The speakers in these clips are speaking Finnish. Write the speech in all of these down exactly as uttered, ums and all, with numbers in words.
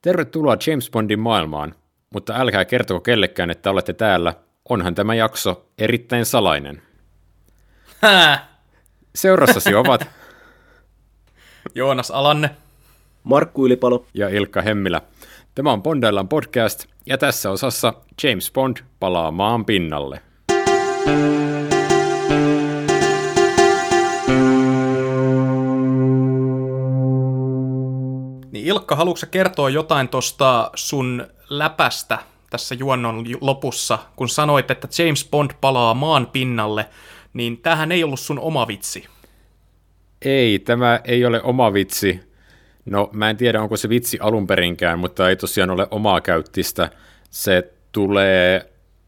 Tervetuloa James Bondin maailmaan, mutta älkää kertoko kellekään, että olette täällä. Onhan tämä jakso erittäin salainen. Hää! Seurassasi ovat Joonas Alanne, Markku Ylipalo ja Ilkka Hemmilä. Tämä on Bondaillaan podcast, ja tässä osassa James Bond palaa maan pinnalle. Niin Ilkka, haluatko kertoa jotain tuosta sun läpästä tässä juonnon lopussa, kun sanoit, että James Bond palaa maan pinnalle, niin tämähän ei ollut sun oma vitsi. Ei, tämä ei ole oma vitsi. No, mä en tiedä, onko se vitsi alun perinkään, mutta ei tosiaan ole omaa käyttistä. Se tulee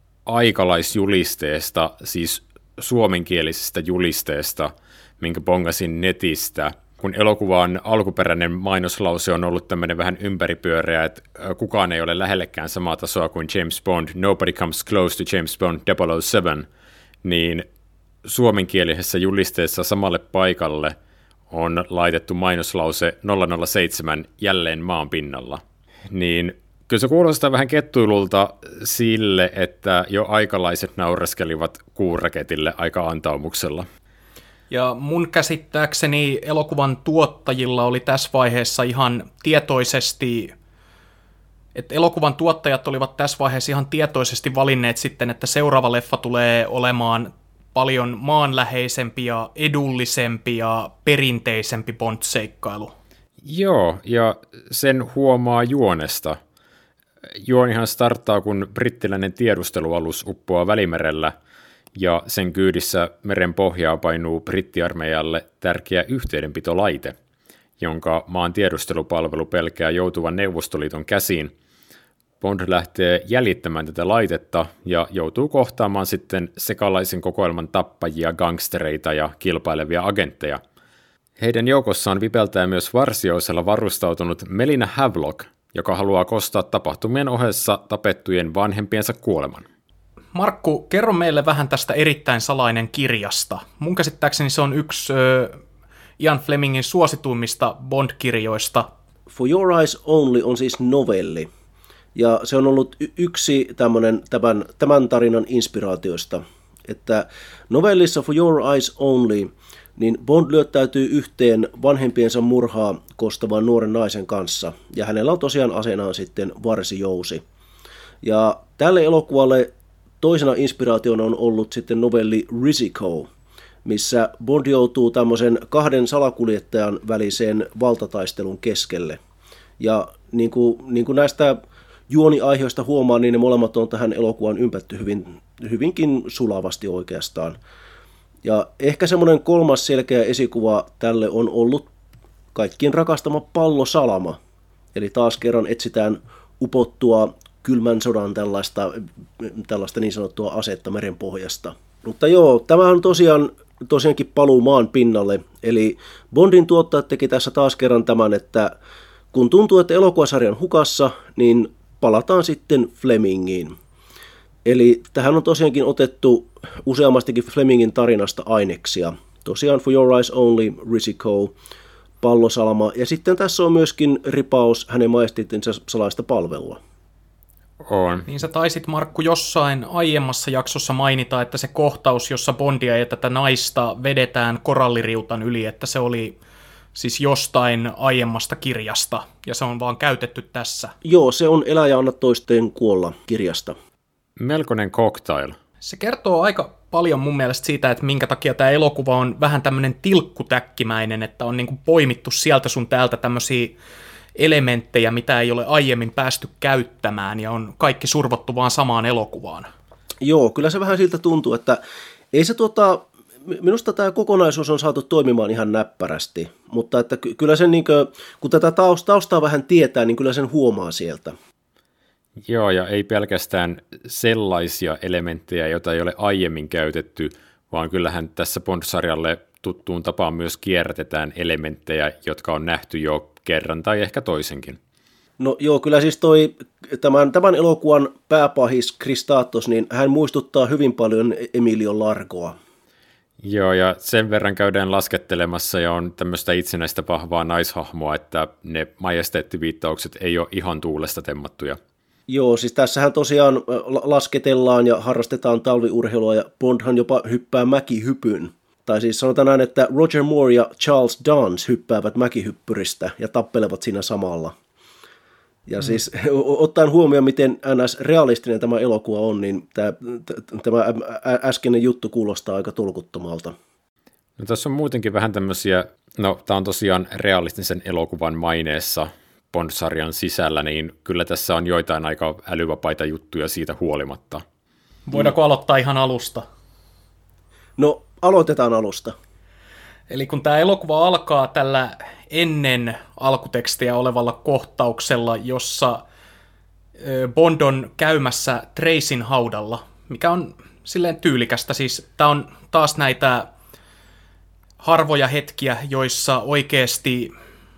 aikalaisjulisteesta, siis suomenkielisestä julisteesta, minkä bongasin netistä. Kun elokuvan alkuperäinen mainoslause on ollut tämmöinen vähän ympäripyöreä, että kukaan ei ole lähellekään samaa tasoa kuin James Bond, nobody comes close to James Bond double oh seven, niin suomenkielisessä julisteessa samalle paikalle on laitettu mainoslause nolla nolla seitsemän jälleen maan pinnalla. Niin kyllä se kuulostaa vähän kettuilulta sille, että jo aikalaiset naureskelivat kuuraketille aika antaumuksella. Ja mun käsittääkseni elokuvan tuottajilla oli tässä vaiheessa ihan tietoisesti, että elokuvan tuottajat olivat tässä vaiheessa ihan tietoisesti valinneet sitten, että seuraava leffa tulee olemaan paljon maanläheisempi ja edullisempi ja perinteisempi Bond-seikkailu. Joo, ja sen huomaa juonesta. Juonihan starttaa, kun brittiläinen tiedustelualus uppoaa Välimerellä, ja sen kyydissä meren pohjaa painuu brittiarmeijalle tärkeä yhteydenpitolaite, jonka maan tiedustelupalvelu pelkää joutuvan Neuvostoliiton käsiin. Bond lähtee jäljittämään tätä laitetta ja joutuu kohtaamaan sitten sekalaisen kokoelman tappajia, gangstereita ja kilpailevia agentteja. Heidän joukossaan vipeltää myös varsioisella varustautunut Melina Havelock, joka haluaa kostaa tapahtumien ohessa tapettujen vanhempiensa kuoleman. Markku, kerro meille vähän tästä erittäin salainen kirjasta. Mun käsittääkseni se on yksi ö, Ian Flemingin suosituimmista Bond-kirjoista. For Your Eyes Only on siis novelli, ja se on ollut y- yksi tämmönen, tämän, tämän tarinan inspiraatioista, että novellissa For Your Eyes Only niin Bond lyöttäytyy yhteen vanhempiensa murhaa kostavan nuoren naisen kanssa, ja hänellä on tosiaan aseenaan sitten varsijousi. Ja tälle elokuvalle toisena inspiraationa on ollut sitten novelli Risiko, missä Bond joutuu tämmöisen kahden salakuljettajan väliseen valtataistelun keskelle. Ja niin kuin, niin kuin näistä juoniaiheista huomaa, niin ne molemmat on tähän elokuvaan ympätty hyvin, hyvinkin sulavasti oikeastaan. Ja ehkä semmoinen kolmas selkeä esikuva tälle on ollut kaikkien rakastama pallosalama. Eli taas kerran etsitään upottua kylmän sodan tällaista, tällaista niin sanottua asetta merenpohjasta. Mutta joo, tämä on tosiaan, tosiaankin paluu maan pinnalle. Eli Bondin tuottajat teki tässä taas kerran tämän, että kun tuntuu, että elokuvasarjan hukassa, niin palataan sitten Flemingiin. Eli tähän on tosiaankin otettu useammastikin Flemingin tarinasta aineksia. Tosiaan For Your Eyes Only, Risiko, Pallosalama, ja sitten tässä on myöskin ripaus hänen majesteettinsa salaista palvelua. On. Niin sä taisit, Markku, jossain aiemmassa jaksossa mainita, että se kohtaus, jossa Bondia ja tätä naista vedetään koralliriutan yli, että se oli siis jostain aiemmasta kirjasta, ja se on vaan käytetty tässä. Joo, se on Elä ja anna toisten kuolla -kirjasta. Melkoinen cocktail. Se kertoo aika paljon mun mielestä siitä, että minkä takia tämä elokuva on vähän tämmöinen tilkkutäkkimäinen, että on niinku poimittu sieltä sun täältä tämmöisiä elementtejä, mitä ei ole aiemmin päästy käyttämään, ja on kaikki survottu vaan samaan elokuvaan. Joo, kyllä se vähän siltä tuntuu, että ei se tuota, minusta tämä kokonaisuus on saatu toimimaan ihan näppärästi, mutta että kyllä sen, niin kuin, kun tätä taustaa vähän tietää, niin kyllä sen huomaa sieltä. Joo, ja ei pelkästään sellaisia elementtejä, joita ei ole aiemmin käytetty, vaan kyllähän tässä Bond-sarjalle tuttuun tapaan myös kierrätetään elementtejä, jotka on nähty jo kerran tai ehkä toisenkin. No joo, kyllä siis toi, tämän, tämän elokuvan pääpahis Kristatos, niin hän muistuttaa hyvin paljon Emilio Largoa. Joo, ja sen verran käydään laskettelemassa ja on tämmöistä itsenäistä vahvaa naishahmoa, että ne majesteettiviittaukset ei ole ihan tuulesta temmattuja. Joo, siis tässähän tosiaan lasketellaan ja harrastetaan talviurheilua ja Bondhan jopa hyppää mäkihypyn. Tai siis sanotaan näin, että Roger Moore ja Charles Dance hyppäävät mäkihyppyristä ja tappelevat siinä samalla. Ja mm. siis ottaen huomioon, miten ns. Realistinen tämä elokuva on, niin tämä, tämä äskeinen juttu kuulostaa aika tolkuttomalta. No tässä on muutenkin vähän tämmöisiä, no tämä on tosiaan realistisen elokuvan maineessa Bond-sarjan sisällä, niin kyllä tässä on joitain aika älyvapaita juttuja siitä huolimatta. Voidaanko aloittaa ihan alusta? No, aloitetaan alusta. Eli kun tämä elokuva alkaa tällä ennen alkutekstiä olevalla kohtauksella, jossa Bond on käymässä Tracyn haudalla, mikä on silleen tyylikästä. Siis tämä on taas näitä harvoja hetkiä, joissa oikeasti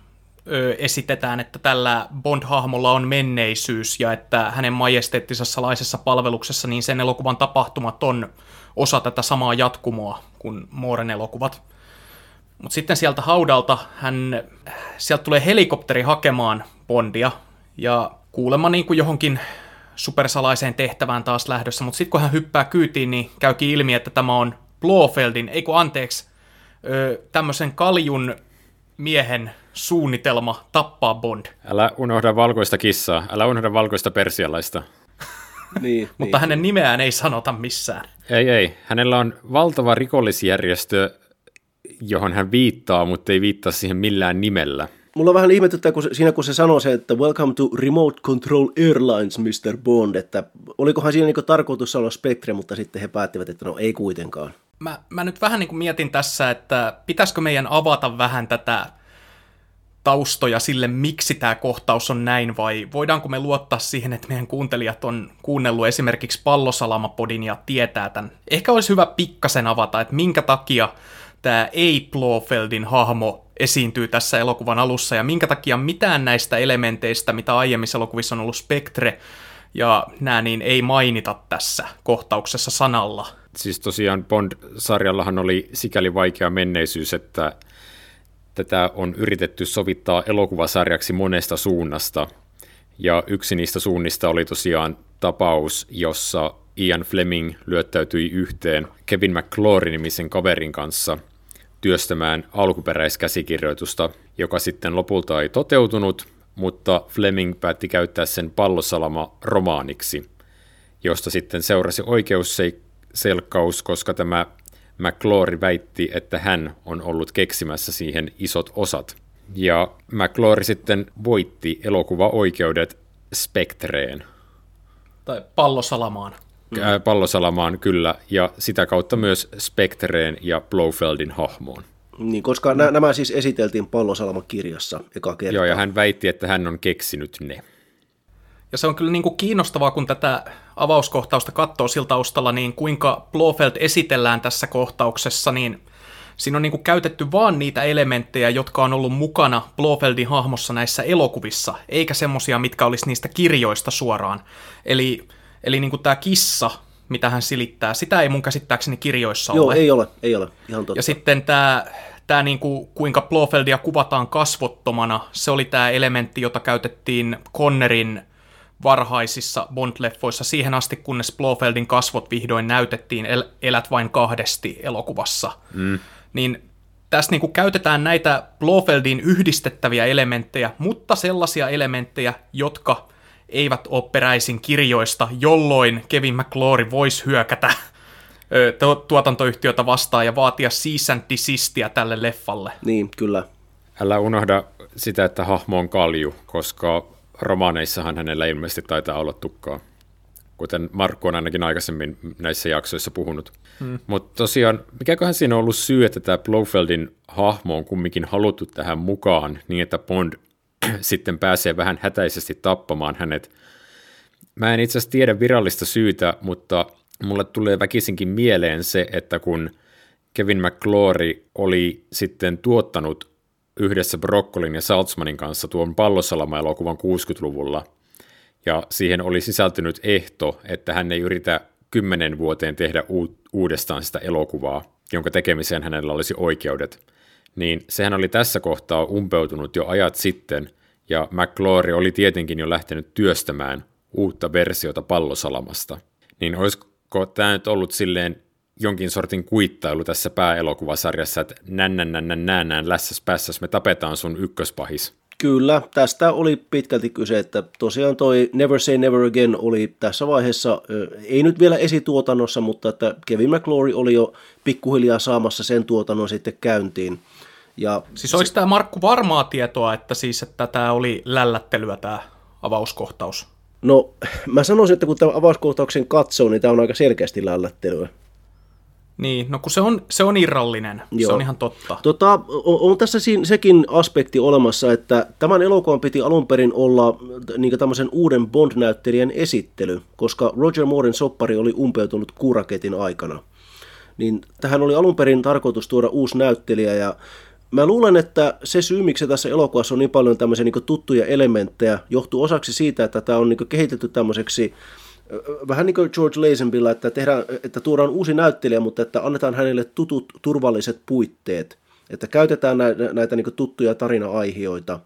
ö, esitetään, että tällä Bond-hahmolla on menneisyys ja että hänen majesteettisessa salaisessa palveluksessa niin sen elokuvan tapahtumat on osa tätä samaa jatkumoa kuin Mooren elokuvat. Mutta sitten sieltä haudalta hän, sieltä tulee helikopteri hakemaan Bondia ja kuulemma niin kuin johonkin supersalaiseen tehtävään taas lähdössä, mutta sitten kun hän hyppää kyytiin, niin käykin ilmi, että tämä on Blofeldin, ei kun anteeksi, tämmöisen kaljun miehen suunnitelma tappaa Bond. Älä unohda valkoista kissaa, älä unohda valkoista persialaista. niin, mutta niin. hänen nimeään ei sanota missään. Ei, ei. Hänellä on valtava rikollisjärjestö, johon hän viittaa, mutta ei viittaa siihen millään nimellä. Mulla on vähän ihmetyttää, kun se, siinä kun se sanoo se, että Welcome to Remote Control Airlines, mister Bond, että olikohan siinä niin tarkoitus olla Spectre, mutta sitten he päättivät, että no ei kuitenkaan. Mä, mä nyt vähän niin kuin mietin tässä, että pitäisikö meidän avata vähän tätä taustoja sille, miksi tämä kohtaus on näin, vai voidaanko me luottaa siihen, että meidän kuuntelijat on kuunnellut esimerkiksi Pallosalama-podin ja tietää tämän. Ehkä olisi hyvä pikkasen avata, että minkä takia tämä ei Blofeldin hahmo esiintyy tässä elokuvan alussa, ja minkä takia mitään näistä elementeistä, mitä aiemmissa elokuvissa on ollut Spectre, ja nämä niin ei mainita tässä kohtauksessa sanalla. Siis tosiaan Bond-sarjallahan oli sikäli vaikea menneisyys, että tätä on yritetty sovittaa elokuvasarjaksi monesta suunnasta, ja yksi niistä suunnista oli tosiaan tapaus, jossa Ian Fleming lyöttäytyi yhteen Kevin McClory-nimisen kaverin kanssa työstämään alkuperäiskäsikirjoitusta, joka sitten lopulta ei toteutunut, mutta Fleming päätti käyttää sen Pallosalama-romaaniksi, josta sitten seurasi oikeusselkkaus, koska tämä McClory väitti, että hän on ollut keksimässä siihen isot osat. Ja McClory sitten voitti elokuvaoikeudet Spectreen. Tai Pallosalamaan. Pallosalamaan, kyllä, ja sitä kautta myös Spectreen ja Blofeldin hahmoon. Niin, koska nä- nämä siis esiteltiin Pallosalama-kirjassa eka kertaa. Joo, ja hän väitti, että hän on keksinyt ne. Ja se on kyllä niin kuin kiinnostavaa, kun tätä avauskohtausta katsoo sillä taustalla, niin kuinka Blofeld esitellään tässä kohtauksessa, niin siinä on niin kuin käytetty vaan niitä elementtejä, jotka on ollut mukana Blofeldin hahmossa näissä elokuvissa, eikä semmosia, mitkä olisi niistä kirjoista suoraan. Eli Eli niin kuin tämä kissa, mitä hän silittää, sitä ei mun käsittääkseni kirjoissa Joo, ole. Joo, ei ole, ei ole, ihan totta. Ja sitten tämä, tämä niin kuin, kuinka Blofeldia kuvataan kasvottomana, se oli tämä elementti, jota käytettiin Connerin varhaisissa Bond-leffoissa siihen asti, kunnes Blofeldin kasvot vihdoin näytettiin El- Elät vain kahdesti -elokuvassa. Mm. Niin tässä niin kuin käytetään näitä Blofeldin yhdistettäviä elementtejä, mutta sellaisia elementtejä, jotka eivät ole peräisin kirjoista, jolloin Kevin McClory voisi hyökätä tuotantoyhtiötä vastaan ja vaatia cease and desistia tälle leffalle. Niin, kyllä. Älä unohda sitä, että hahmo on kalju, koska romaaneissahan hänellä ilmeisesti taitaa olla tukkaa, kuten Markku on ainakin aikaisemmin näissä jaksoissa puhunut. Hmm. Mutta tosiaan, mikäköhän siinä on ollut syy, että tämä Blofeldin hahmo on kumminkin haluttu tähän mukaan, niin että Bond sitten pääsee vähän hätäisesti tappamaan hänet. Mä en itse asiassa tiedä virallista syytä, mutta mulle tulee väkisinkin mieleen se, että kun Kevin McClory oli sitten tuottanut yhdessä Broccolin ja Saltzmanin kanssa tuon Pallosalama-elokuvan kuusikymmentäluvulla, ja siihen oli sisältynyt ehto, että hän ei yritä kymmenen vuoteen tehdä uudestaan sitä elokuvaa, jonka tekemiseen hänellä olisi oikeudet, niin sehän oli tässä kohtaa umpeutunut jo ajat sitten, ja McClory oli tietenkin jo lähtenyt työstämään uutta versiota Pallosalamasta. Niin olisiko tämä nyt ollut silleen jonkin sortin kuittailu tässä pääelokuvasarjassa, että nännän nännän nännän lässäs päässäs me tapetaan sun ykköspahis? Kyllä, tästä oli pitkälti kyse, että tosiaan toi Never Say Never Again oli tässä vaiheessa, ei nyt vielä esituotannossa, mutta että Kevin McClory oli jo pikkuhiljaa saamassa sen tuotannon sitten käyntiin. Ja siis oliko tämä Markku varmaa tietoa, että siis että tämä oli lällättelyä tämä avauskohtaus? No mä sanoisin, että kun tämä avauskohtauksen katsoo, niin tämä on aika selkeästi lällättelyä. Niin, no kun se on, se on irrallinen, Joo. se on ihan totta. Tota, on, on tässä siinä sekin aspekti olemassa, että tämän elokuvan piti alun perin olla niin tämmöisen uuden Bond-näyttelijän esittely, koska Roger Mooren soppari oli umpeutunut kuuraketin aikana. Niin tähän oli alun perin tarkoitus tuoda uusi näyttelijä, ja mä luulen, että se syy, miksi tässä elokuvassa on niin paljon tämmöisiä niin tuttuja elementtejä, johtuu osaksi siitä, että tämä on niin kehitetty tämmöiseksi vähän niin kuin George Lazenbyllä, että, tehdään, että tuodaan uusi näyttelijä, mutta että annetaan hänelle tutut turvalliset puitteet. Että käytetään näitä, näitä niin tuttuja tarina-aihioita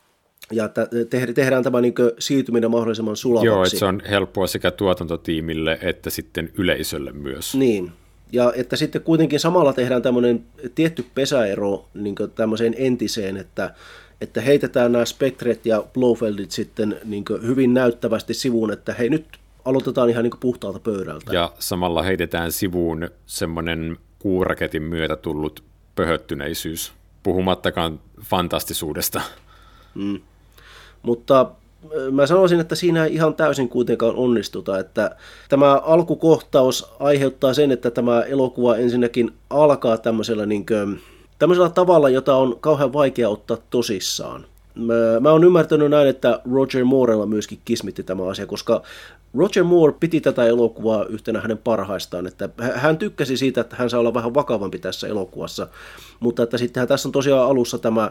ja että tehdään tämä niin siirtyminen mahdollisimman sulavaksi. Joo, että se on helppoa sekä tuotantotiimille että sitten yleisölle myös. Niin, ja että sitten kuitenkin samalla tehdään tämmöinen tietty pesäero niin tämmöiseen entiseen, että että heitetään nämä Spectret ja Blofeldit sitten niin hyvin näyttävästi sivuun, että hei nyt aloitetaan ihan niin puhtaalta pöydältä. Ja samalla heitetään sivuun semmoinen kuuraketin myötä tullut pöhöttyneisyys, puhumattakaan fantastisuudesta. Mm. Mutta mä sanoisin, että siinä ei ihan täysin kuitenkaan onnistuta, että tämä alkukohtaus aiheuttaa sen, että tämä elokuva ensinnäkin alkaa tämmöisellä, niin kuin, tämmöisellä tavalla, jota on kauhean vaikea ottaa tosissaan. Mä, mä oon ymmärtänyt näin, että Roger Moorella myöskin kismitti tämä asia, koska Roger Moore piti tätä elokuvaa yhtenä hänen parhaistaan, että hän tykkäsi siitä, että hän saa olla vähän vakavampi tässä elokuvassa, mutta että sittenhän tässä on tosiaan alussa tämä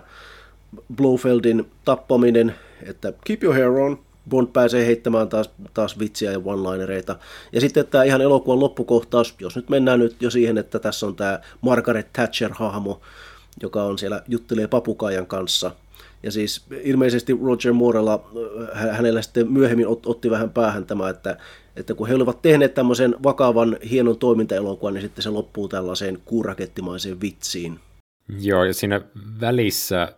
Blofeldin tappaminen, että keep your hair on, Bond pääsee heittämään taas, taas vitsiä ja one-linereita, ja sitten tämä ihan elokuvan loppukohtaus, jos nyt mennään nyt jo siihen, että tässä on tämä Margaret Thatcher-hahmo, joka on siellä juttelee papukaijan kanssa. Ja siis ilmeisesti Roger Moorella, hänellä sitten myöhemmin otti vähän päähän tämä, että, että kun he olivat tehneet tämmöisen vakavan, hienon toimintaelokuvan, niin sitten se loppuu tällaiseen kuurakettimaiseen vitsiin. Joo, ja siinä välissä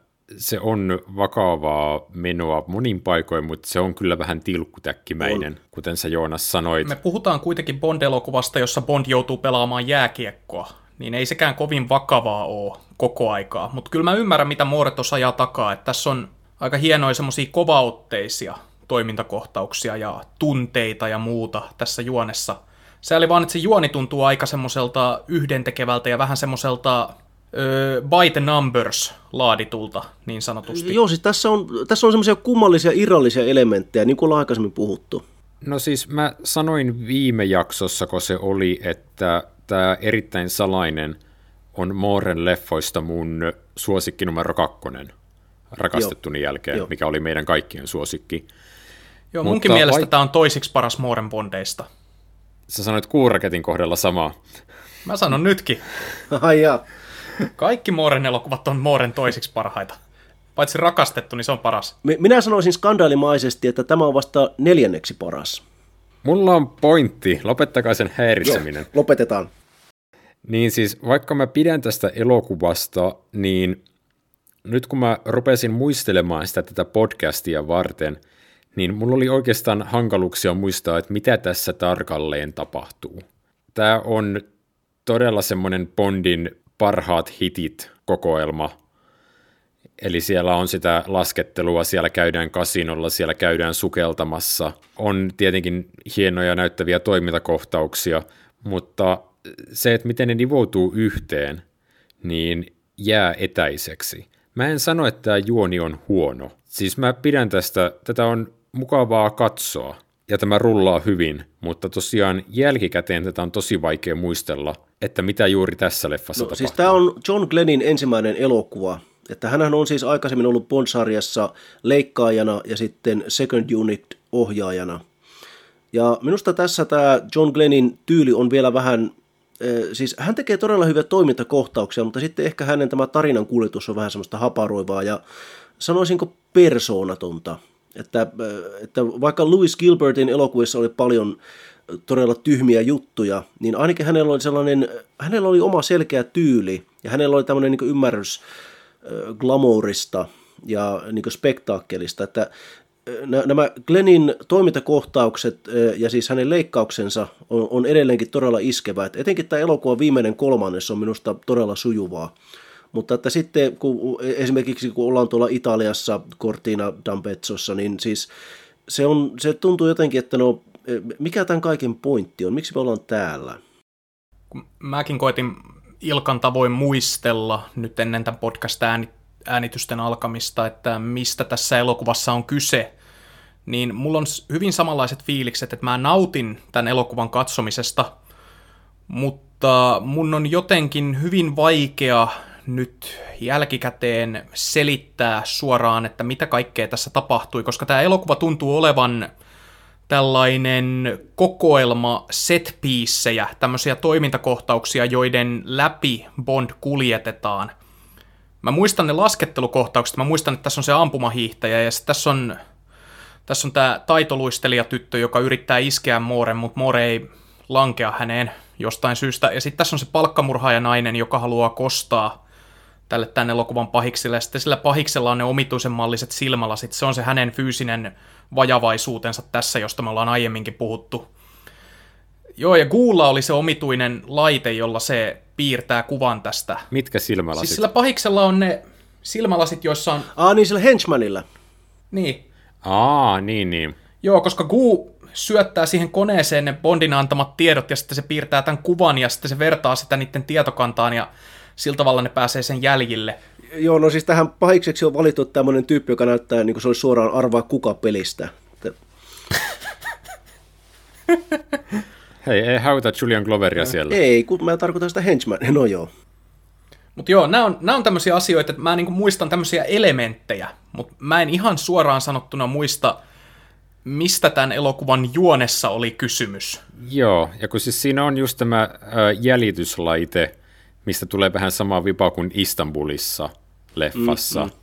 se on vakavaa menoa monin paikoin, mutta se on kyllä vähän tilkkutäkkimäinen, on. Kuten sä Joonas sanoit. Me puhutaan kuitenkin Bond-elokuvasta, jossa Bond joutuu pelaamaan jääkiekkoa, niin ei sekään kovin vakavaa ole koko aikaa. Mutta kyllä mä ymmärrän, mitä Moore tuossa ajaa takaa, että tässä on aika hienoja semmoisia kovaotteisia toimintakohtauksia ja tunteita ja muuta tässä juonessa. Se oli vaan, että se juoni tuntuu aika semmoiselta yhdentekevältä ja vähän semmoiselta öö, by the numbers laaditulta, niin sanotusti. Joo, siis tässä on, tässä on semmoisia kummallisia irrallisia elementtejä, niin kuin ollaan aikaisemmin puhuttu. No siis mä sanoin viime jaksossa, kun se oli, että tämä erittäin salainen on Mooren leffoista mun suosikki numero kakkonen rakastettuni jälkeen, Joo. mikä oli meidän kaikkien suosikki. Joo, Mutta munkin mielestä vai... tämä on toisiksi paras Mooren Bondeista. Sä sanoit kuuraketin kohdalla samaa. Mä sanon nytkin. Ai jaa. Kaikki Mooren elokuvat on Mooren toisiksi parhaita. Paitsi rakastettu, niin se on paras. Minä sanoisin skandaalimaisesti, että tämä on vasta neljänneksi paras. Mulla on pointti. Lopettakaa sen häiritseminen. Joo, lopetetaan. Niin siis, vaikka mä pidän tästä elokuvasta, niin nyt kun mä rupesin muistelemaan sitä tätä podcastia varten, niin mulla oli oikeastaan hankaluuksia muistaa, että mitä tässä tarkalleen tapahtuu. Tää on todella semmoinen Bondin parhaat hitit kokoelma. Eli siellä on sitä laskettelua, siellä käydään kasinolla, siellä käydään sukeltamassa. On tietenkin hienoja näyttäviä toimintakohtauksia, mutta se, että miten ne nivoutuu yhteen, niin jää etäiseksi. Mä en sano, että tämä juoni on huono. Siis mä pidän tästä, tätä on mukavaa katsoa, ja tämä rullaa hyvin, mutta tosiaan jälkikäteen tätä on tosi vaikea muistella, että mitä juuri tässä leffassa no, tapahtuu. Siis tämä on John Glennin ensimmäinen elokuva, että hänhän on siis aikaisemmin ollut Bond-sarjassa leikkaajana ja sitten Second Unit-ohjaajana. Ja minusta tässä tämä John Glennin tyyli on vielä vähän siis hän tekee todella hyviä toimintakohtauksia, mutta sitten ehkä hänen tämä tarinan kuljetus on vähän semmoista haparoivaa ja sanoisinko persoonatonta. Että, että vaikka Louis Gilbertin elokuvissa oli paljon todella tyhmiä juttuja, niin ainakin hänellä oli sellainen, hänellä oli oma selkeä tyyli ja hänellä oli tämmöinen niin kuin ymmärrys glamourista ja niin kuin spektaakkelista, että nämä Glennin toimintakohtaukset ja siis hänen leikkauksensa on, on edelleenkin todella iskevää. Et etenkin tämä elokuva viimeinen kolmannes on minusta todella sujuvaa. Mutta että sitten kun, esimerkiksi kun ollaan tuolla Italiassa Cortina d'Ampezzossa, niin siis se, on, se tuntuu jotenkin, että no mikä tämän kaiken pointti on? Miksi me ollaan täällä? Mäkin koitin Ilkan tavoin muistella nyt ennen tämän podcast-äänitysten alkamista, että mistä tässä elokuvassa on kyse, niin mulla on hyvin samanlaiset fiilikset, että mä nautin tämän elokuvan katsomisesta, mutta mun on jotenkin hyvin vaikea nyt jälkikäteen selittää suoraan, että mitä kaikkea tässä tapahtui, koska tämä elokuva tuntuu olevan tällainen kokoelma set-piecejä, tämmöisiä toimintakohtauksia, joiden läpi Bond kuljetetaan. Mä muistan ne laskettelukohtaukset, mä muistan, että tässä on se ampumahiihtäjä, ja sitten tässä on, tässä on tämä taitoluistelijatyttö, joka yrittää iskeä Mooren, mutta Moore ei lankea häneen jostain syystä. Ja sitten tässä on se palkkamurhaaja nainen, joka haluaa kostaa tälle tämän elokuvan pahikselle, ja sitten sillä pahiksella on ne omituisen malliset silmälasit. Se on se hänen fyysinen vajavaisuutensa tässä, josta me ollaan aiemminkin puhuttu. Joo, ja Guulla oli se omituinen laite, jolla se piirtää kuvan tästä. Mitkä silmälasit? Siis sillä pahiksella on ne silmälasit, joissa on... Aa, niin sillä henchmanilla. Niin. Aa, niin, niin. Joo, koska Gu syöttää siihen koneeseen ne Bondin antamat tiedot, ja sitten se piirtää tämän kuvan, ja sitten se vertaa sitä niiden tietokantaan, ja sillä tavalla ne pääsee sen jäljille. Joo, no siis tähän pahikseksi on valittu tämmöinen tyyppi, joka näyttää niin kuin se olisi suoraan arvaa kuka pelistä. Hei, ei hauta Julian Gloveria siellä. Ei, kun mä tarkoitan sitä henchman. No joo. Mutta joo, nämä on, nämä on tämmöisiä asioita, että mä niinku muistan tämmöisiä elementtejä, mutta mä en ihan suoraan sanottuna muista, mistä tämän elokuvan juonessa oli kysymys. Joo, ja kun siis siinä on just tämä äh, jäljityslaite, mistä tulee vähän sama vipa kuin Istanbulissa leffassa. Mm, mm.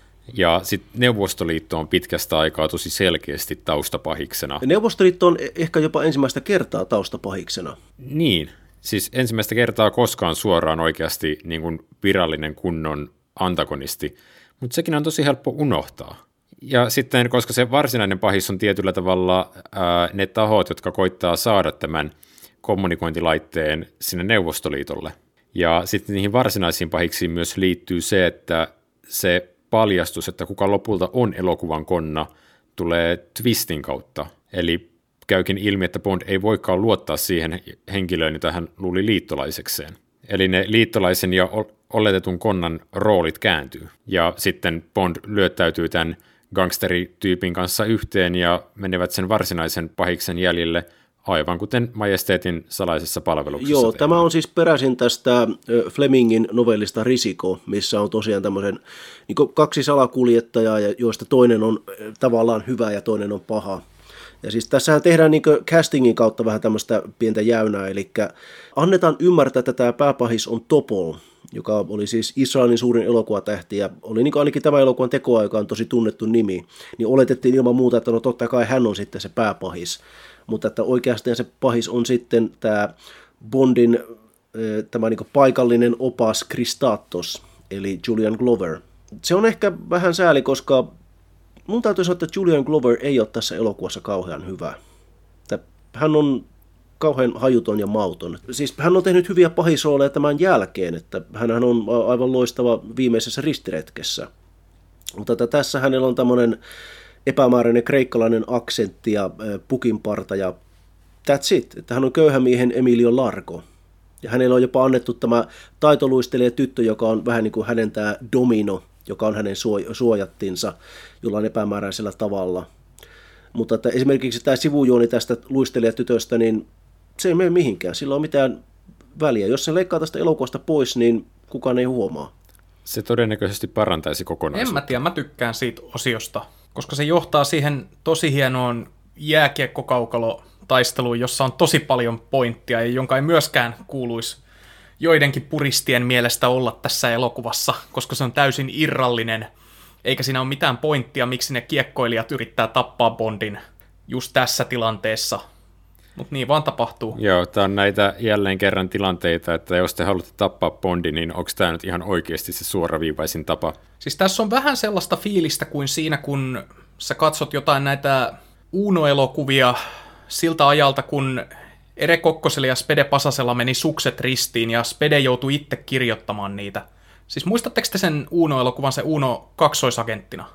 Ja sitten Neuvostoliitto on pitkästä aikaa tosi selkeästi taustapahiksena. Ja Neuvostoliitto on ehkä jopa ensimmäistä kertaa taustapahiksena. Niin, siis ensimmäistä kertaa koskaan suoraan oikeasti niin kuin virallinen kunnon antagonisti, mutta sekin on tosi helppo unohtaa. Ja sitten, koska se varsinainen pahis on tietyllä tavalla ää, ne tahot, jotka koittaa saada tämän kommunikointilaitteen sinne Neuvostoliitolle. Ja sitten niihin varsinaisiin pahiksiin myös liittyy se, että se paljastus, että kuka lopulta on elokuvan konna, tulee twistin kautta. Eli käykin ilmi, että Bond ei voikaan luottaa siihen henkilöön, jota hän luuli liittolaisekseen. Eli ne liittolaisen ja oletetun konnan roolit kääntyy. Ja sitten Bond lyöttäytyy tämän gangsterityypin kanssa yhteen ja menevät sen varsinaisen pahiksen jäljille, aivan kuten Majesteetin salaisessa palveluksessa. Joo, tehdään. Tämä on siis peräisin tästä Flemingin novellista Risiko, missä on tosiaan tämmöisen niin kaksi salakuljettajaa, joista toinen on tavallaan hyvä ja toinen on paha. Ja siis tässähän tehdään niin castingin kautta vähän tämmöistä pientä jäynää, eli annetaan ymmärtää, että tämä pääpahis on Topol, joka oli siis Israelin suurin elokuvatähti, ja oli niin ainakin tämä elokuvan tekoa, joka on tosi tunnettu nimi, niin oletettiin ilman muuta, että no totta kai hän on sitten se pääpahis. Mutta että oikeastaan se pahis on sitten tämä Bondin tämä niin paikallinen opas Kristatos, eli Julian Glover. Se on ehkä vähän sääli, koska mun täytyy sanoa, että Julian Glover ei ole tässä elokuvassa kauhean hyvä. Että hän on kauhean hajuton ja mauton. Siis hän on tehnyt hyviä pahisrooleja tämän jälkeen, että hänhän on aivan loistava viimeisessä ristiretkessä. Mutta että tässä hänellä on tämmöinen epämääräinen kreikkalainen aksentti ja pukinparta ja that's it. Että hän on köyhämiehen Emilio Largo. Ja hänellä on jopa annettu tämä taitoluistelija tyttö, joka on vähän niin kuin hänen tämä domino, joka on hänen suojattinsa jollain epämääräisellä tavalla. Mutta että esimerkiksi tämä sivujuoni tästä luistelijatytöstä, niin se ei mene mihinkään. Sillä on mitään väliä. Jos se leikkaa tästä elokuvasta pois, niin kukaan ei huomaa. Se todennäköisesti parantaisi kokonaisuutta. En mä tiedä, mä tykkään siitä osiosta, koska se johtaa siihen tosi hienoon jääkiekkokaukalo taisteluun, jossa on tosi paljon pointtia ja jonka ei myöskään kuuluisi joidenkin puristien mielestä olla tässä elokuvassa, koska se on täysin irrallinen, eikä siinä ole mitään pointtia, miksi ne kiekkoilijat yrittää tappaa Bondin just tässä tilanteessa. Mutta niin vaan tapahtuu. Joo, tämä on näitä jälleen kerran tilanteita, että jos te haluatte tappaa Bondin, niin onko tämä nyt ihan oikeasti se suoraviivaisin tapa? Siis tässä on vähän sellaista fiilistä kuin siinä, kun sä katsot jotain näitä Uno-elokuvia siltä ajalta, kun Ere Kokkosella ja Spede Pasasella meni sukset ristiin ja Spede joutui itse kirjoittamaan niitä. Siis muistatteko te sen Uno-elokuvan, se Uno kaksoisagenttina?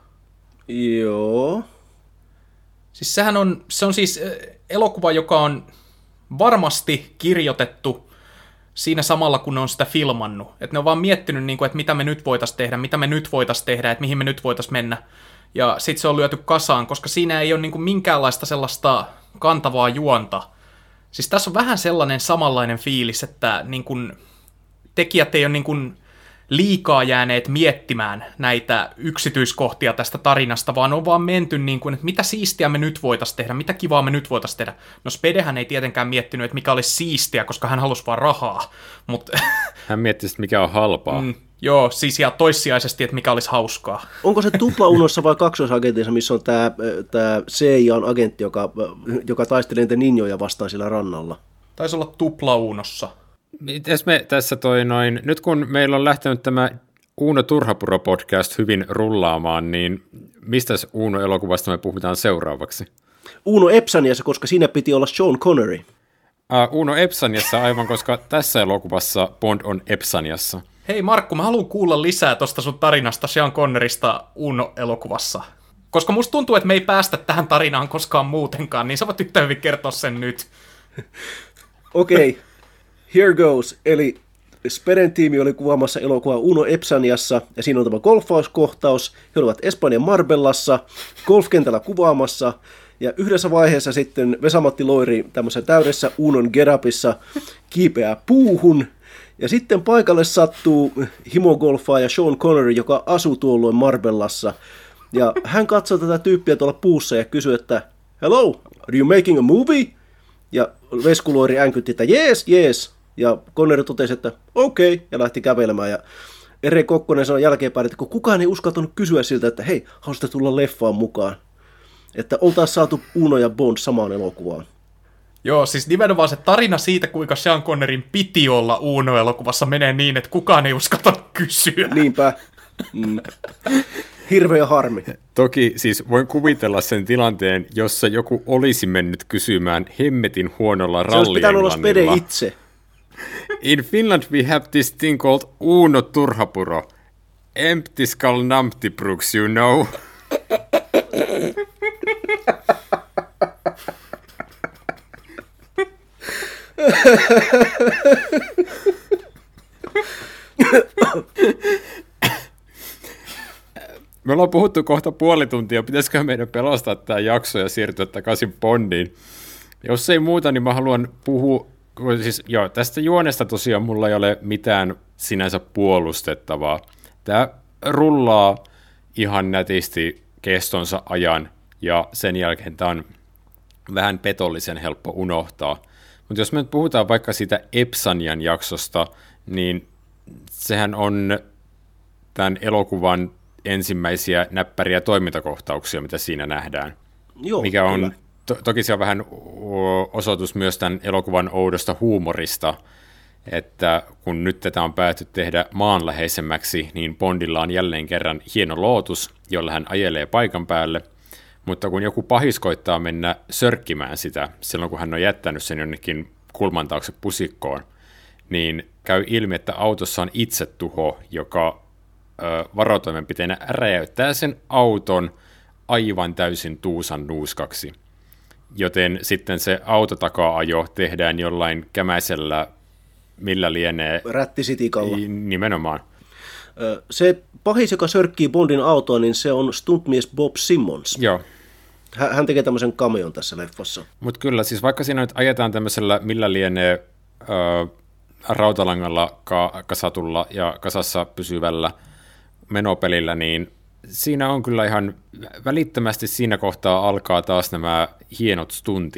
Joo. Siis sehän on, se on siis elokuva, joka on varmasti kirjoitettu siinä samalla, kun ne on sitä filmannut. Että ne on vaan miettinyt, niin kuin, että mitä me nyt voitaisiin tehdä, mitä me nyt voitaisiin tehdä, että mihin me nyt voitaisiin mennä. Ja sitten se on lyöty kasaan, koska siinä ei ole niin kuin minkäänlaista sellaista kantavaa juonta. Siis tässä on vähän sellainen samanlainen fiilis, että niin kuin tekijät ei ole niin kuin liikaa jääneet miettimään näitä yksityiskohtia tästä tarinasta, vaan on vaan menty niin kuin, että mitä siistiä me nyt voitaisiin tehdä, mitä kivaa me nyt voitaisiin tehdä. No Spedehän ei tietenkään miettinyt, että mikä olisi siistiä, koska hän halusi vaan rahaa. Mut hän mietti, että mikä on halpaa. Mm, joo, siis ja toissijaisesti, että mikä olisi hauskaa. Onko se tupla-unossa vai kaksoisagentissa, missä on tämä, tämä C I A:n agentti, joka, joka taistelee niitä ninjoja vastaan sillä rannalla? Taisi olla tupla-unossa. Mites me tässä toi noin, nyt kun meillä on lähtenyt tämä Uno Turhapuro-podcast hyvin rullaamaan, niin mistä Uno-elokuvasta me puhutaan seuraavaksi? Uno Epsaniassa, koska siinä piti olla Sean Connery. Uh, Uno Epsaniassa aivan, koska tässä elokuvassa Bond on Epsaniassa. Hei Markku, mä haluan kuulla lisää tuosta sun tarinasta Sean Connerysta Uno-elokuvassa. Koska musta tuntuu, että me ei päästä tähän tarinaan koskaan muutenkaan, niin sä voit yhtä hyvin kertoa sen nyt. Okei. Okay. Here goes, eli Speden tiimi oli kuvaamassa elokuvaa Uno Epsaniassa, ja siinä on tämä golfauskohtaus. He olivat Espanjan Marbellassa, golfkentällä kuvaamassa, ja yhdessä vaiheessa sitten Vesa-Matti Loiri tämmöisessä täydessä Unon gerapissa kiipeää puuhun, ja sitten paikalle sattuu himogolfaaja Sean Connery, joka asuu tuolloin Marbellassa, ja hän katsoo tätä tyyppiä tuolla puussa ja kysyy, että hello, are you making a movie? Ja Veskuloiri änkytti, että jees, jees. Ja Connery totesi, että okei, okay, ja lähti kävelemään. Ja Ere Kokkonen sanoi jälkeenpäin, että kun kukaan ei uskaltanut kysyä siltä, että hei, haluaisitte tulla leffaan mukaan. Että oltaisiin saatu Uno ja Bond samaan elokuvaan. Joo, siis nimenomaan se tarina siitä, kuinka Sean Conneryn piti olla Uno-elokuvassa menee niin, että kukaan ei uskaltanut kysyä. Niinpä. Mm. Hirveä harmi. Toki siis voin kuvitella sen tilanteen, jossa joku olisi mennyt kysymään hemmetin huonolla ralli-englannilla. Se olisi pitänyt olla Spede itse. In Finland we have this thing called Uno Turhapuro. Empty skull numpty brooks, you know. Me ollaan puhuttu kohta puoli tuntia, pitäisikö meidän pelastaa tämä jakso ja siirtyä takaisin Bondiin. Jos ei muuta, niin mä haluan puhua, siis joo, tästä juonesta tosiaan mulla ei ole mitään sinänsä puolustettavaa. Tämä rullaa ihan nätisti kestonsa ajan, ja sen jälkeen tämä on vähän petollisen helppo unohtaa. Mutta jos me nyt puhutaan vaikka siitä Epsanian jaksosta, niin sehän on tämän elokuvan ensimmäisiä näppäriä toimintakohtauksia, mitä siinä nähdään. Joo, mikä on, to, toki se on vähän osoitus myös tämän elokuvan oudosta huumorista, että kun nyt tätä on pääty tehdä maanläheisemmäksi, niin Bondilla on jälleen kerran hieno Lotus, jolla hän ajelee paikan päälle, mutta kun joku pahis koittaa mennä sörkkimään sitä, silloin kun hän on jättänyt sen jonnekin kulman taakse pusikkoon, niin käy ilmi, että autossa on itsetuho, joka ö, varotoimenpiteenä räjäyttää sen auton aivan täysin tuusan nuuskaksi. Joten sitten se autotakaa-ajo tehdään jollain kämäisellä, millä lienee... Rättisitikalla. Nimenomaan. Se pahis, joka sörkkii Bondin autoa, niin se on stuntmies Bob Simmons. Joo. Hän tekee tämmöisen cameon tässä leffassa. Mutta kyllä, siis vaikka siinä nyt ajetaan tämmöisellä, millä lienee ö, rautalangalla ka- kasatulla ja kasassa pysyvällä menopelillä, niin siinä on kyllä ihan välittömästi siinä kohtaa alkaa taas nämä hienot stuntit.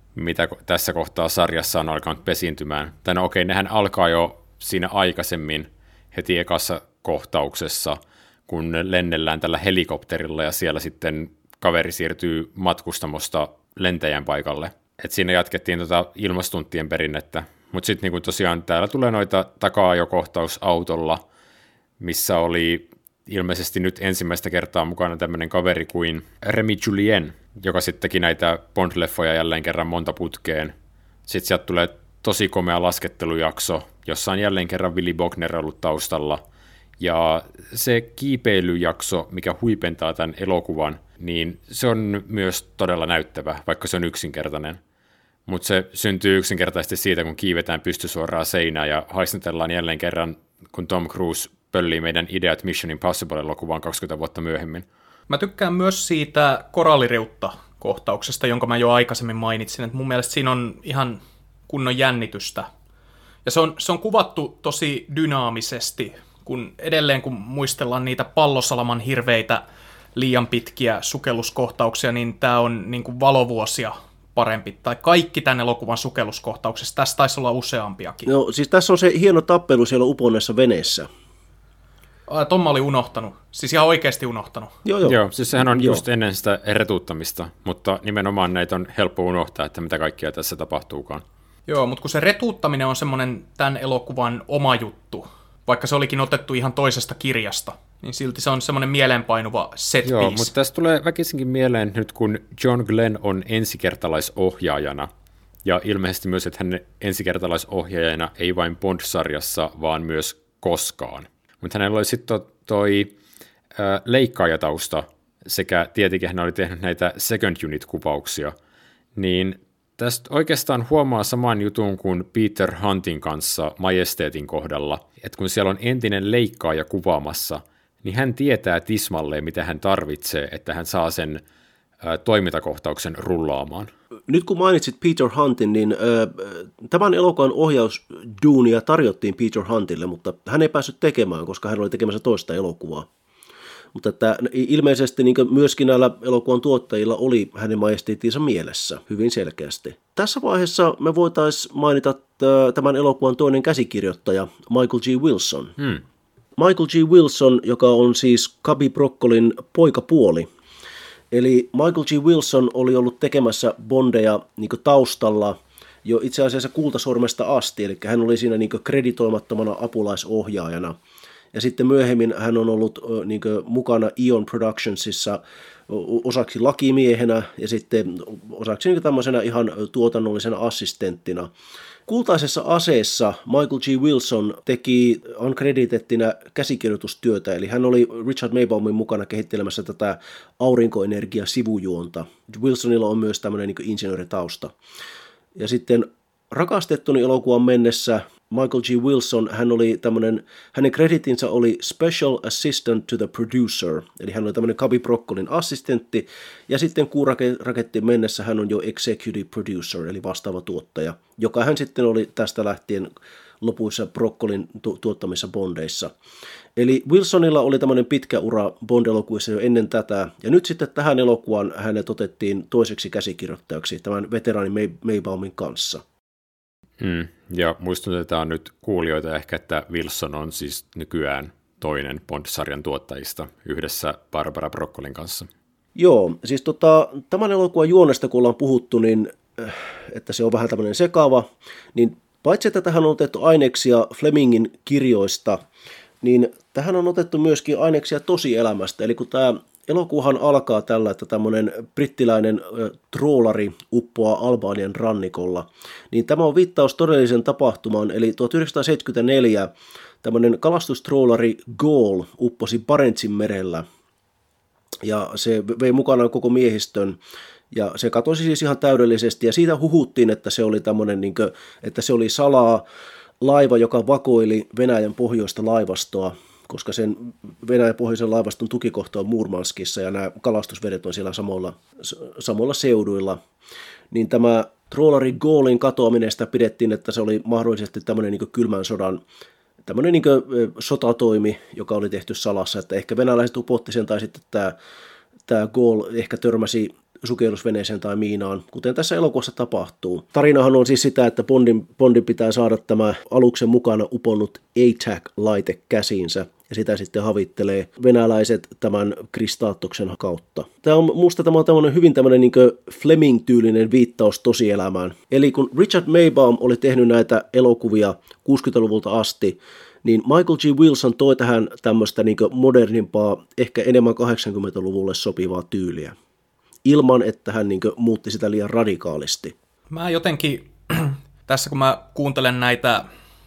mitä tässä kohtaa sarjassa on alkanut pesiintymään. Tai no okei, nehän alkaa jo siinä aikaisemmin heti ekassa kohtauksessa, kun lennellään tällä helikopterilla ja siellä sitten kaveri siirtyy matkustamosta lentäjän paikalle. Et siinä jatkettiin tota ilmastunttien perinnettä. Mutta sitten niinku tosiaan täällä tulee noita taka-ajokohtaus autolla, missä oli ilmeisesti nyt ensimmäistä kertaa mukana tämmöinen kaveri kuin Remy Julien, joka sitten teki näitä Bond-leffoja jälleen kerran monta putkeen. Sitten sieltä tulee tosi komea laskettelujakso, jossa on jälleen kerran Willy Bogner ollut taustalla. Ja se kiipeilyjakso, mikä huipentaa tämän elokuvan, niin se on myös todella näyttävä, vaikka se on yksinkertainen. Mutta se syntyy yksinkertaisesti siitä, kun kiivetään pystysuoraan seinään ja haistatellaan jälleen kerran, kun Tom Cruise pöllii meidän ideat Mission Impossible-elokuvaan kaksikymmentä vuotta myöhemmin. Mä tykkään myös siitä koralliriutta-kohtauksesta, jonka mä jo aikaisemmin mainitsin, että mun mielestä siinä on ihan kunnon jännitystä. Ja se on, se on kuvattu tosi dynaamisesti, kun edelleen kun muistellaan niitä Pallosalaman hirveitä liian pitkiä sukelluskohtauksia, niin tää on niin kuin valovuosia parempi, tai kaikki tämän elokuvan sukelluskohtauksessa. Tässä taisi olla useampiakin. No siis tässä on se hieno tappelu siellä uponneessa veneessä. Tomma oli unohtanut, siis ihan oikeasti unohtanut. Joo, joo. joo siis sehän on joo. just ennen sitä retuuttamista, mutta nimenomaan näitä on helppo unohtaa, että mitä kaikkea tässä tapahtuukaan. Joo, mutta kun se retuuttaminen on semmoinen tämän elokuvan oma juttu, vaikka se olikin otettu ihan toisesta kirjasta, niin silti se on semmoinen mieleenpainuva set piece. Joo, mutta tässä tulee väkisinkin mieleen nyt, kun John Glenn on ensikertalaisohjaajana, ja ilmeisesti myös, että hän ensikertalaisohjaajana ei vain Bond-sarjassa, vaan myös koskaan. Mutta hänellä oli sitten toi äh, leikkaajatausta, sekä tietenkin hän oli tehnyt näitä second unit-kuvauksia, niin tästä oikeastaan huomaa saman jutun kuin Peter Huntin kanssa Majesteetin kohdalla, että kun siellä on entinen leikkaaja kuvaamassa, niin hän tietää tismalleen, mitä hän tarvitsee, että hän saa sen ä, toimintakohtauksen rullaamaan. Nyt kun mainitsit Peter Huntin, niin äh, tämän elokuvan ohjausduunia tarjottiin Peter Huntille, mutta hän ei päässyt tekemään, koska hän oli tekemässä toista elokuvaa. Mutta että ilmeisesti niin myöskin näillä elokuvan tuottajilla oli hänen majesteettinsa mielessä hyvin selkeästi. Tässä vaiheessa me voitaisiin mainita tämän elokuvan toinen käsikirjoittaja, Michael G. Wilson. Hmm. Michael G. Wilson, joka on siis Cubby Broccolin poikapuoli. Eli Michael G. Wilson oli ollut tekemässä Bondeja niin taustalla jo itse asiassa Kultasormesta asti, eli hän oli siinä niin kreditoimattomana apulaisohjaajana. Ja sitten myöhemmin hän on ollut niin kuin, mukana Eon Productionsissa osaksi lakimiehenä ja sitten osaksi niin tämmöisenä ihan tuotannollisena assistenttina. Kultaisessa aseessa Michael G. Wilson teki uncreditettinä käsikirjoitustyötä, eli hän oli Richard Maybaumin mukana kehittelemässä tätä aurinkoenergia-sivujuonta. Wilsonilla on myös tämmöinen niin kuin insinööritausta. Ja sitten Rakastettuni elokuvan mennessä Michael G. Wilson, hän oli tämmöinen, hänen kreditinsä oli Special Assistant to the Producer, eli hän oli tämmöinen Cubby Broccolin assistentti, ja sitten Kuurakettiin mennessä hän on jo Executive Producer, eli vastaava tuottaja, joka hän sitten oli tästä lähtien lopuissa Broccolin tu- tuottamissa Bondeissa. Eli Wilsonilla oli tämmöinen pitkä ura Bond-elokuvissa jo ennen tätä, ja nyt sitten tähän elokuvaan hänet otettiin toiseksi käsikirjoittajaksi tämän veteraani May- Maybaumin kanssa. Mm, ja muistutetaan nyt kuulijoita ehkä, että Wilson on siis nykyään toinen Bond-sarjan tuottajista yhdessä Barbara Broccolin kanssa. Joo, siis tota, tämän elokuvan juonesta kun ollaan puhuttu, niin että se on vähän tämmöinen sekava, niin paitsi että tähän on otettu aineksia Flemingin kirjoista, niin tähän on otettu myöskin aineksia tosielämästä, eli kun tämä elokuvahan alkaa tällä, että tämmöinen brittiläinen troolari uppoaa Albanian rannikolla, niin tämä on viittaus todellisen tapahtumaan, eli tuhatyhdeksänsataaseitsemänkymmentäneljä tämmöinen kalastustroolari Gaulle upposi Barentsin merellä, ja se vei mukanaan koko miehistön, ja se katosi siis ihan täydellisesti, ja siitä huhuttiin, että se oli tämmöinen, niin kuin, että se oli salaa laiva, joka vakoili Venäjän pohjoista laivastoa, koska sen Venäjän pohjoisen laivaston tukikohta on Murmanskissa ja nämä kalastusvedet on siellä samoilla, samoilla seuduilla, niin tämä troolari Gaullen katoaminen sitä pidettiin, että se oli mahdollisesti tämmöinen niin kuin kylmän sodan tämmöinen niin kuin sotatoimi, joka oli tehty salassa, että ehkä venäläiset upotti sen tai sitten tämä, tämä Gaulle ehkä törmäsi sukellusveneeseen tai miinaan, kuten tässä elokuvassa tapahtuu. Tarinahan on siis sitä, että Bondin, Bondin pitää saada tämä aluksen mukana uponnut A T A C-laite käsiinsä, ja sitä sitten havittelee venäläiset tämän Kristaatoksen kautta. Tämä on, musta tämä on tämmöinen hyvin tämmöinen niin kuin Fleming-tyylinen viittaus tosielämään. Eli kun Richard Maybaum oli tehnyt näitä elokuvia kuusikymmentäluvulta asti, niin Michael G. Wilson toi tähän tämmöistä niin kuin modernimpaa, ehkä enemmän kahdeksankymmentäluvulle sopivaa tyyliä, ilman että hän niin kuin muutti sitä liian radikaalisti. Mä jotenkin, tässä kun mä kuuntelen näitä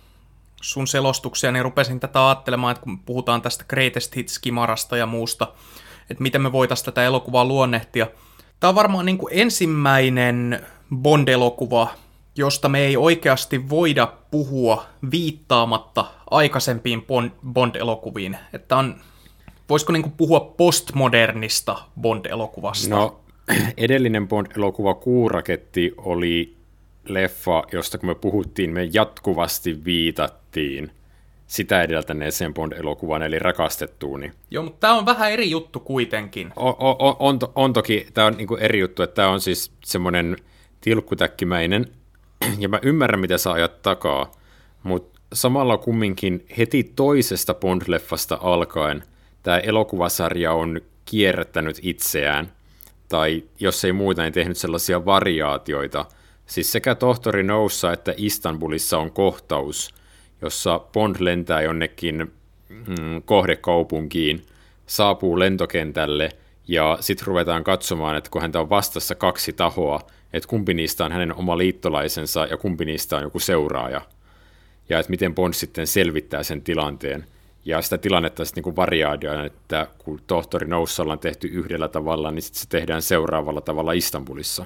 sun selostuksia, niin rupesin tätä ajattelemaan, että kun puhutaan tästä Greatest Hits-kimarasta ja muusta, että miten me voitaisiin tätä elokuvaa luonnehtia. Tämä on varmaan niin kuin ensimmäinen Bond-elokuva, josta me ei oikeasti voida puhua viittaamatta aikaisempiin Bond-elokuviin. Että on, voisiko niin kuin puhua postmodernista Bond-elokuvasta? No, edellinen Bond-elokuva Kuuraketti oli leffa, josta kun me puhuttiin, me jatkuvasti viitattiin sitä edeltäneeseen Bond-elokuvaan, eli Rakastettuuni. Joo, mutta tämä on vähän eri juttu kuitenkin. O, o, on, to, on toki, tämä on niinku eri juttu, että tämä on siis semmoinen tilkkutäkkimäinen, ja mä ymmärrän, mitä sä ajat takaa, mutta samalla kumminkin heti toisesta Bond-leffasta alkaen tämä elokuvasarja on kierrättänyt itseään, tai jos ei muuta, niin tehnyt sellaisia variaatioita. Siis sekä Tohtori Noussa että Istanbulissa on kohtaus, jossa Bond lentää jonnekin mm, kohdekaupunkiin, saapuu lentokentälle ja sitten ruvetaan katsomaan, että kun häntä on vastassa kaksi tahoa, että kumpi niistä on hänen oma liittolaisensa ja kumpi niistä on joku seuraaja. Ja että miten Bond sitten selvittää sen tilanteen. Ja sitä tilannetta sitten niin variaadioon, että kun Tohtori Noussalla on tehty yhdellä tavalla, niin sitten se tehdään seuraavalla tavalla Istanbulissa.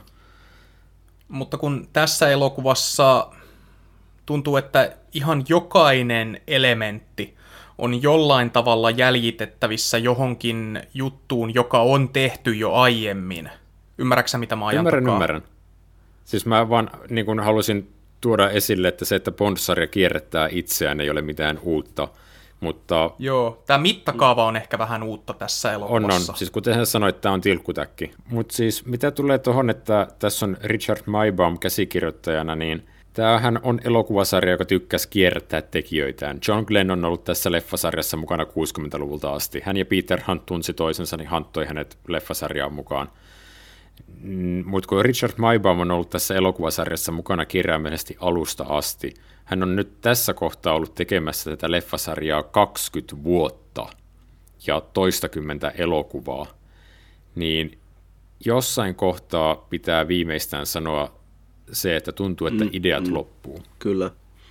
Mutta kun tässä elokuvassa tuntuu, että ihan jokainen elementti on jollain tavalla jäljitettävissä johonkin juttuun, joka on tehty jo aiemmin. Ymmärrätkö mitä mä ajan Ymmärrän, takaa? ymmärrän. Siis mä vaan niin kun halusin tuoda esille, että se, että Bond-sarja kierrättää itseään, ei ole mitään uutta. Mutta joo, tämä mittakaava on ehkä vähän uutta tässä elokuvassa. On, on. Siis kuten hän sanoi, tämä on tilkkutäkki. Mutta siis mitä tulee tuohon, että tässä on Richard Maybaum käsikirjoittajana, niin tämähän on elokuvasarja, joka tykkäsi kierrättää tekijöitään. John Glenn on ollut tässä leffasarjassa mukana kuusikymmentäluvulta asti. Hän ja Peter Hunt tunsi toisensa, niin Hunt toi hänet leffasarjaan mukaan. Mutta kun Richard Maybaum on ollut tässä elokuvasarjassa mukana kirjaimellisesti alusta asti, hän on nyt tässä kohtaa ollut tekemässä tätä leffasarjaa kaksikymmentä vuotta ja toistakymmentä elokuvaa, niin jossain kohtaa pitää viimeistään sanoa se, että tuntuu, että ideat mm, loppuu. Kyllä.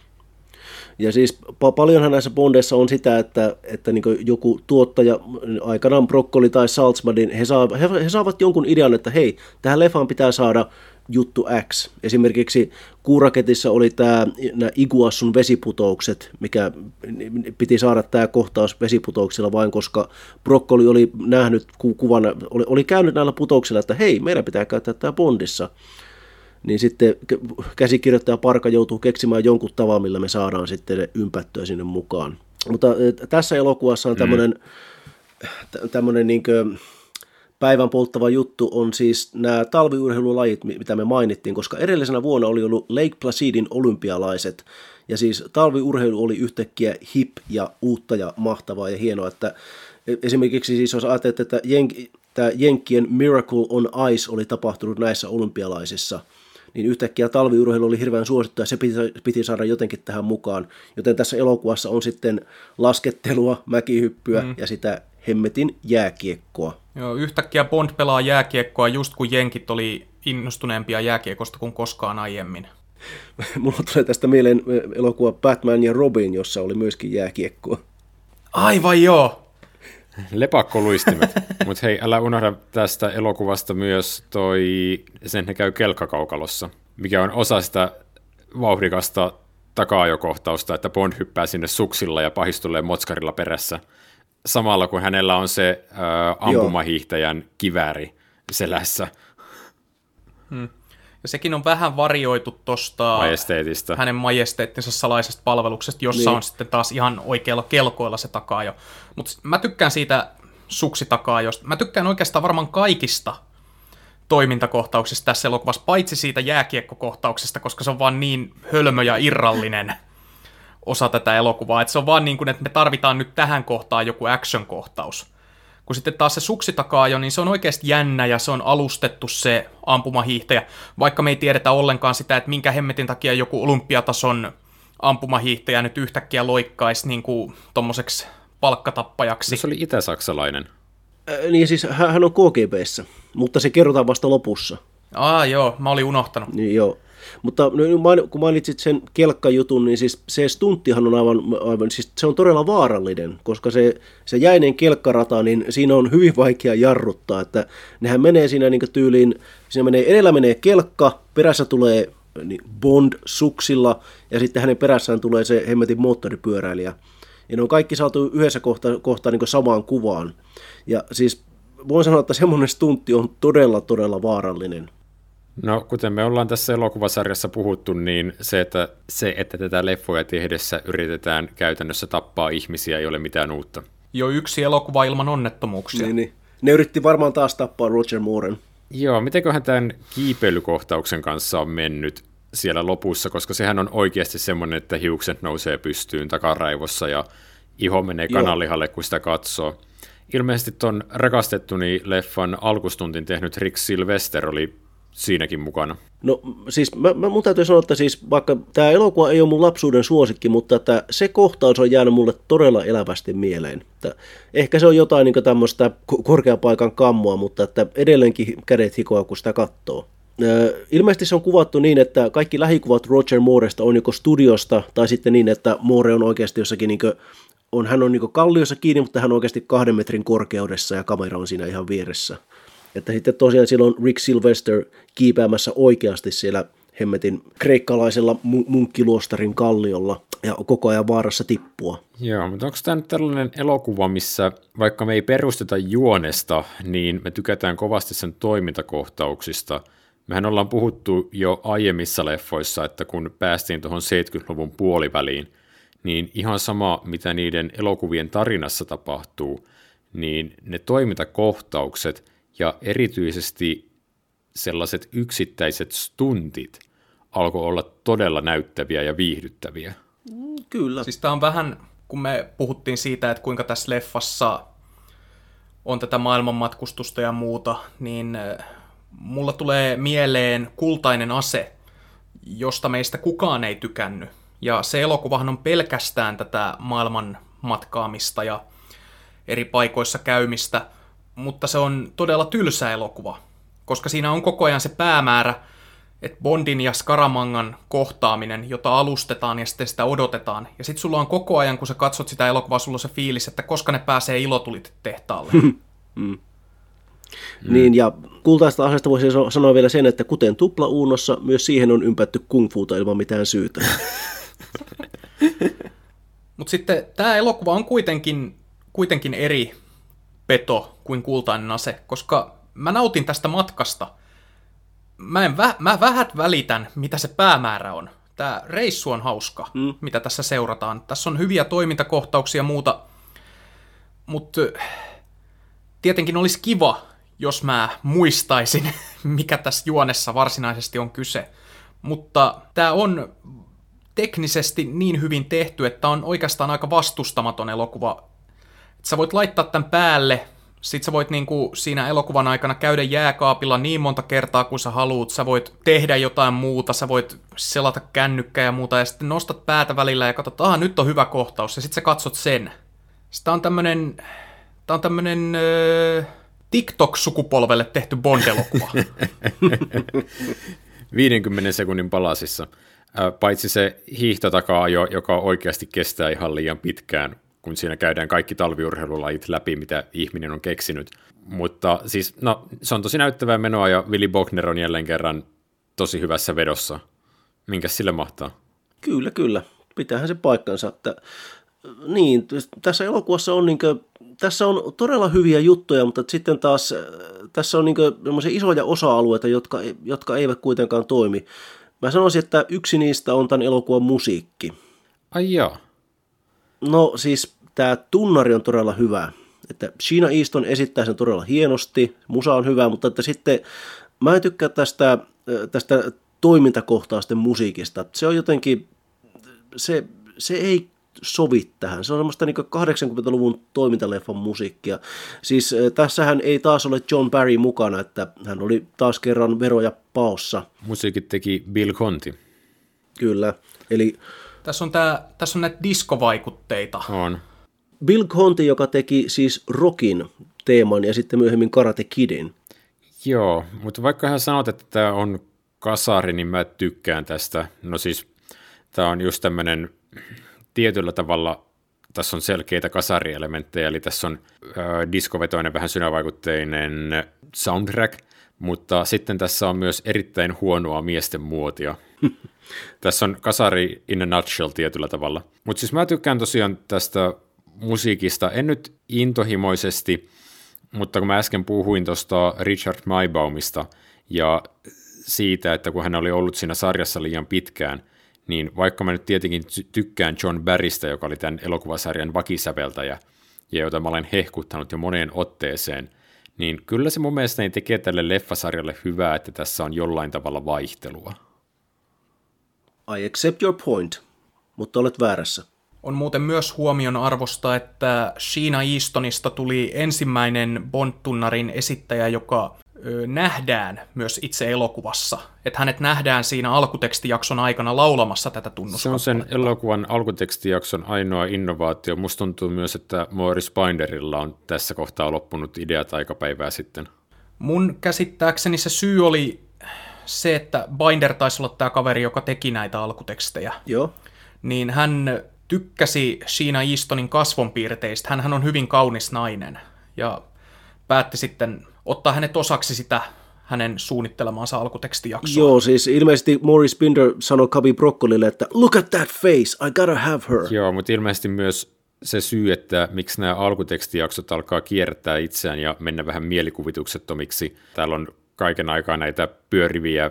Ja siis pa- paljonhan näissä Bondeissa on sitä, että, että niin joku tuottaja, aikanaan Broccoli tai Saltzmanin, he, saa, he, he saavat jonkun idean, että hei, tähän leffaan pitää saada juttu X. Esimerkiksi Kuuraketissa oli tämä nämä Iguassun vesiputoukset, mikä piti saada tämä kohtaus vesiputouksilla vain, koska Broccoli oli nähnyt ku- kuvan, oli, oli käynyt näillä putouksilla, että hei, meidän pitää käyttää tämä Bondissa. Niin sitten käsikirjoittaja Parka joutuu keksimään jonkun tavan, millä me saadaan sitten ympättyä sinne mukaan. Mutta tässä elokuvassa on tämmöinen, mm. tämmöinen niin kuin päivän polttava juttu on siis nämä talviurheilulajit, mitä me mainittiin, koska edellisenä vuonna oli ollut Lake Placidin olympialaiset, ja siis talviurheilu oli yhtäkkiä hip ja uutta ja mahtavaa ja hienoa, että esimerkiksi siis jos ajattelet, että Jenk- tämä Jenkkien Miracle on Ice oli tapahtunut näissä olympialaisissa, niin yhtäkkiä talviurheilu oli hirveän suosittu ja se piti, piti saada jotenkin tähän mukaan. Joten tässä elokuvassa on sitten laskettelua, mäkihyppyä mm. ja sitä hemmetin jääkiekkoa. Joo, yhtäkkiä Bond pelaa jääkiekkoa just kun jenkit oli innostuneempia jääkiekosta kuin koskaan aiemmin. Mulla tulee tästä mieleen elokuva Batman ja Robin, jossa oli myöskin jääkiekkoa. Aivan joo! Lepakkoluistimet. Mutta hei, älä unohda tästä elokuvasta myös toi, sen he käy kelkkakaukalossa, mikä on osa sitä vauhdikasta taka-ajokohtausta, että Bond hyppää sinne suksilla ja pahistelee motskarilla perässä. Samalla kun hänellä on se äh, ampumahiihtäjän kivääri selässä. Hmm. Ja sekin on vähän varioitu tuosta hänen majesteettinsa salaisesta palveluksesta, jossa niin on sitten taas ihan oikealla kelkoilla se takaajo. Mutta mä tykkään siitä suksitakaajosta. Mä tykkään oikeastaan varmaan kaikista toimintakohtauksista tässä elokuvassa, paitsi siitä jääkiekkokohtauksesta, koska se on vaan niin hölmö ja irrallinen osa tätä elokuvaa, että se on vaan niin kuin, että me tarvitaan nyt tähän kohtaan joku action-kohtaus. Kun sitten taas se suksitakaajo, niin se on oikeasti jännä ja se on alustettu se ampumahiihtäjä, vaikka me ei tiedetä ollenkaan sitä, että minkä hemmetin takia joku olympiatason ampumahiihtäjä nyt yhtäkkiä loikkaisi niin kuin tommoseksi palkkatappajaksi. Se oli itä-saksalainen. Äh, niin siis hän on K G B:ssä, mutta se kerrotaan vasta lopussa. Aa joo, mä olin unohtanut. Niin joo. Mutta kun mainitsit sen kelkkajutun, niin siis se stunttihan on aivan, aivan siis se on todella vaarallinen, koska se, se jäinen kelkkarata, niin siinä on hyvin vaikea jarruttaa, että nehän menee siinä niin tyyliin, siinä menee, edellä menee kelkka, perässä tulee niin Bond suksilla, ja sitten hänen perässään tulee se hemmetin moottoripyöräilijä. Ja ne on kaikki saatu yhdessä kohtaa, kohtaa niin samaan kuvaan. Ja siis voin sanoa, että semmoinen stuntti on todella, todella vaarallinen. No, kuten me ollaan tässä elokuvasarjassa puhuttu, niin se, että, se, että tätä leffoja tehdessä yritetään käytännössä tappaa ihmisiä, ei ole mitään uutta. Jo yksi elokuva ilman onnettomuuksia. Niin, niin. Ne yritti varmaan taas tappaa Roger Mooren. Joo, mitenköhän tämän kiipeilykohtauksen kanssa on mennyt siellä lopussa, koska sehän on oikeasti semmoinen, että hiukset nousee pystyyn takaraivossa ja iho menee kananlihalle, kun sitä katsoo. Ilmeisesti ton rakastettuni leffan alkustuntin tehnyt Rick Sylvester oli siinäkin mukana. No siis mä, mä, mun täytyy sanoa, että siis vaikka tämä elokuva ei ole mun lapsuuden suosikki, mutta että se kohtaus on jäänyt mulle todella elävästi mieleen. Että ehkä se on jotain niin tämmöistä korkeapaikan kammoa, mutta että edelleenkin kädet hikoa, kun sitä katsoo. Ilmeisesti se on kuvattu niin, että kaikki lähikuvat Roger Mooresta on joko studiosta tai sitten niin, että Moore on oikeasti jossakin niin kuin, on, hän on niin kuin kalliossa kiinni, mutta hän on oikeasti kahden metrin korkeudessa ja kamera on siinä ihan vieressä. Että sitten tosiaan silloin Rick Sylvester kiipäämässä oikeasti siellä hemmetin kreikkalaisella mun- munkkiluostarin kalliolla ja koko ajan vaarassa tippua. Joo, mutta onko tämä nyt tällainen elokuva, missä vaikka me ei perusteta juonesta, niin me tykätään kovasti sen toimintakohtauksista. Mehän ollaan puhuttu jo aiemmissa leffoissa, että kun päästiin tuohon seitsemänkymmentäluvun puoliväliin, niin ihan sama, mitä niiden elokuvien tarinassa tapahtuu, niin ne toimintakohtaukset ja erityisesti sellaiset yksittäiset stuntit alkoi olla todella näyttäviä ja viihdyttäviä. Kyllä. Siis tämä on vähän, kun me puhuttiin siitä, että kuinka tässä leffassa on tätä maailmanmatkustusta ja muuta, niin mulla tulee mieleen Kultainen ase, josta meistä kukaan ei tykännyt. Ja se elokuvahan on pelkästään tätä maailman matkaamista ja eri paikoissa käymistä, mutta se on todella tylsä elokuva, koska siinä on koko ajan se päämäärä, että Bondin ja Scaramangan kohtaaminen, jota alustetaan ja sitten sitä odotetaan. Ja sitten sulla on koko ajan, kun sä katsot sitä elokuvaa, sulla on se fiilis, että koska ne pääsee ilotulitehtaalle. mm. Mm. Niin, ja Kultaista aseesta voisi sanoa vielä sen, että kuten tuplauunnossa, myös siihen on ympätty kungfuuta ilman mitään syytä. Mutta sitten tämä elokuva on kuitenkin, kuitenkin eri peto kuin Kultainen ase, koska mä nautin tästä matkasta. Mä, en vä- mä vähät välitän, mitä se päämäärä on. Tämä reissu on hauska, mm. mitä tässä seurataan. Tässä on hyviä toimintakohtauksia ja muuta, mutta tietenkin olisi kiva, jos mä muistaisin, mikä tässä juonessa varsinaisesti on kyse. Mutta tämä on teknisesti niin hyvin tehty, että on oikeastaan aika vastustamaton elokuva. Et sä voit laittaa tämän päälle, sit sä voit niinku siinä elokuvan aikana käydä jääkaapilla niin monta kertaa kuin sä haluut, sä voit tehdä jotain muuta, sä voit selata kännykkää ja muuta, ja sitten nostat päätä välillä ja katsot, aha, nyt on hyvä kohtaus, ja sit sä katsot sen. Sitä on tämmönen, tää on tämmönen öö, TikTok-sukupolvelle tehty Bond-elokuva. viidenkymmenen sekunnin palasissa. Paitsi se hiihtotakaajo, joka oikeasti kestää ihan liian pitkään, kun siinä käydään kaikki talviurheilulajit läpi, mitä ihminen on keksinyt. Mutta siis, no, se on tosi näyttävää menoa, ja Willy Bogner on jälleen kerran tosi hyvässä vedossa. Minkäs sille mahtaa? Kyllä, kyllä. Pitäähän se paikkansa. Että, niin, tässä elokuvassa on, niin kuin, tässä on todella hyviä juttuja, mutta sitten taas tässä on niin kuin, isoja osa-alueita, jotka, jotka eivät kuitenkaan toimi. Mä sanoisin, että yksi niistä on tämän elokuvan musiikki. Ai joo. No siis tämä tunnari on todella hyvä. Että Sheena Easton esittää sen todella hienosti, musa on hyvä, mutta että sitten mä en tykkää tästä, tästä toimintakohtausten musiikista. Se on jotenkin, se, se ei sovi tähän. Se on semmoista niin kahdeksankymmentäluvun toimintaleffan musiikkia. Siis tässähän ei taas ole John Barry mukana, että hän oli taas kerran veroja paossa. Musiikit teki Bill Conti. Kyllä, eli... Tässä on, tää, tässä on näitä diskovaikutteita. On. Bill Conti, joka teki siis Rockin teeman ja sitten myöhemmin Karate Kidin. Joo, mutta vaikka hän sanot, että tämä on kasari, niin mä tykkään tästä. No siis tämä on just tämmöinen tietyllä tavalla, tässä on selkeitä kasarielementtejä, eli tässä on äh, diskovetoinen, vähän synävaikutteinen soundtrack, mutta sitten tässä on myös erittäin huonoa miesten muotia. Tässä on kasari in a nutshell tietyllä tavalla. Mutta siis mä tykkään tosiaan tästä musiikista, en nyt intohimoisesti, mutta kun mä äsken puhuin tuosta Richard Maibaumista ja siitä, että kun hän oli ollut siinä sarjassa liian pitkään, niin vaikka mä nyt tietenkin tykkään John Barrystä, joka oli tämän elokuvasarjan vakisäveltäjä, ja jota mä olen hehkuttanut jo moneen otteeseen, niin kyllä se mun mielestäni tekee tälle leffasarjalle hyvää, että tässä on jollain tavalla vaihtelua. I accept your point, mutta olet väärässä. On muuten myös huomion arvosta, että Sheena Eastonista tuli ensimmäinen Bond-tunnarin esittäjä, joka ö, nähdään myös itse elokuvassa. Että hänet nähdään siinä alkutekstijakson aikana laulamassa tätä tunnuskappaletta. Se on sen elokuvan alkutekstijakson ainoa innovaatio. Musta tuntuu myös, että Maurice Binderilla on tässä kohtaa loppunut ideat aikapäivää sitten. Mun käsittääkseni se syy oli se, että Binder taisi olla tämä kaveri, joka teki näitä alkutekstejä. Joo. Niin hän tykkäsi Sheena Eastonin kasvonpiirteistä. Hänhän on hyvin kaunis nainen ja päätti sitten ottaa hänet osaksi sitä hänen suunnittelemaansa alkutekstijaksoa. Joo, siis ilmeisesti Maurice Binder sanoi Cubby Broccolille, että look at that face, I gotta have her. Joo, mutta ilmeisesti myös se syy, että miksi nämä alkutekstijaksot alkaa kiertää itseään ja mennä vähän mielikuvituksettomiksi. Täällä on kaiken aikaa näitä pyöriviä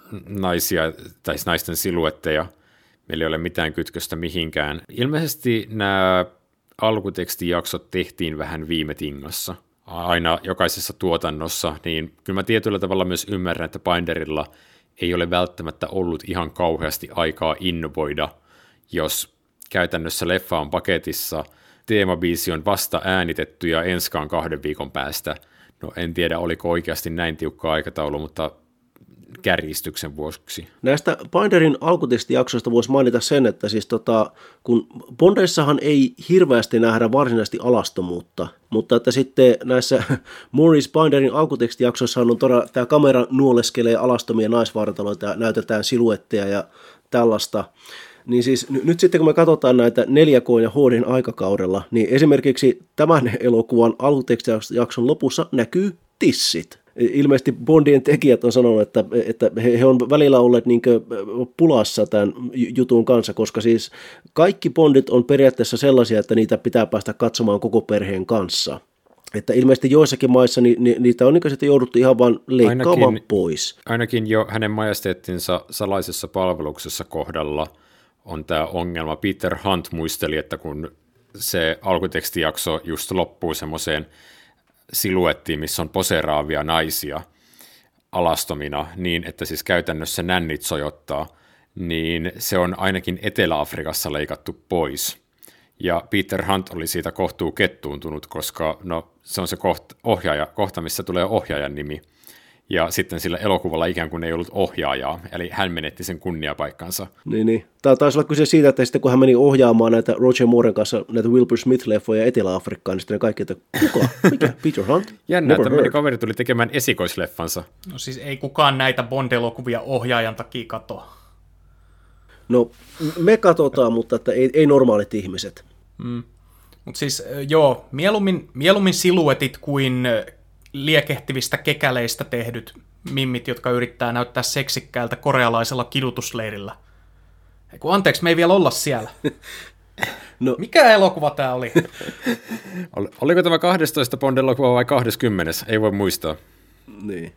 naisia tai naisten siluetteja. Meillä ei ole mitään kytköstä mihinkään. Ilmeisesti nämä alkutekstijaksot tehtiin vähän viime tingassa. Aina jokaisessa tuotannossa, niin kyllä mä tietyllä tavalla myös ymmärrän, että Binderilla ei ole välttämättä ollut ihan kauheasti aikaa innovoida, jos käytännössä leffa on paketissa, teemabiisi on vasta äänitetty ja enskaan kahden viikon päästä. No en tiedä, oliko oikeasti näin tiukka aikataulu, mutta kärjistyksen vuoksi. Näistä Binderin alkutekstijaksoista voisi mainita sen, että siis tota, kun Bondeissahan ei hirveästi nähdä varsinaisesti alastomuutta, mutta että sitten näissä Maurice Binderin alkutekstijaksoissa on todella, tämä kamera nuoleskelee alastomia naisvartaloita ja näytetään siluetteja ja tällaista. Niin siis n- nyt sitten kun me katsotaan näitä neljä K ja H D:n aikakaudella, niin esimerkiksi tämän elokuvan alkutekstijakson lopussa näkyy tissit. Ilmeisesti Bondien tekijät on sanonut, että, että he on välillä olleet niin kuin pulassa tämän jutun kanssa, koska siis kaikki Bondit on periaatteessa sellaisia, että niitä pitää päästä katsomaan koko perheen kanssa. Että ilmeisesti joissakin maissa ni, ni, niitä on niin sitten jouduttu ihan vaan leikkaamaan ainakin, pois. Ainakin jo hänen majesteettinsa salaisessa palveluksessa kohdalla on tämä ongelma. Peter Hunt muisteli, että kun se alkutekstijakso just loppuu semmoiseen siluettiin, missä on poseeraavia naisia alastomina, niin että siis käytännössä nännit sojottaa, niin se on ainakin Etelä-Afrikassa leikattu pois. Ja Peter Hunt oli siitä kohtuu kettuuntunut, koska no, se on se kohta, ohjaaja, kohta, missä tulee ohjaajan nimi. Ja sitten sillä elokuvalla ikään kuin ei ollut ohjaajaa, eli hän menetti sen kunniapaikkansa. Niin, niin. Tämä taisi olla kyse siitä, että sitten kun hän meni ohjaamaan näitä Roger Mooren kanssa näitä Wilbur Smith-leffoja Etelä-Afrikkaan, niin sitten ne kaikki, että kuka? Mikä? Peter Hunt? Jännä, että tämmöinen kaveri tuli tekemään esikoisleffansa. No siis ei kukaan näitä Bond-elokuvia ohjaajan takia katoa. No me katsotaan, mutta että ei, ei normaalit ihmiset. Mm. Mutta siis joo, mieluummin, mieluummin siluetit kuin liekehtivistä kekäleistä tehdyt mimmit, jotka yrittää näyttää seksikkäältä korealaisella kidutusleirillä. Eiku, anteeksi, me ei vielä olla siellä. No. Mikä elokuva tämä oli? Ol, oliko tämä kahdestoista Bond-elokuva vai kaksikymmentä? Ei voi muistaa. Niin.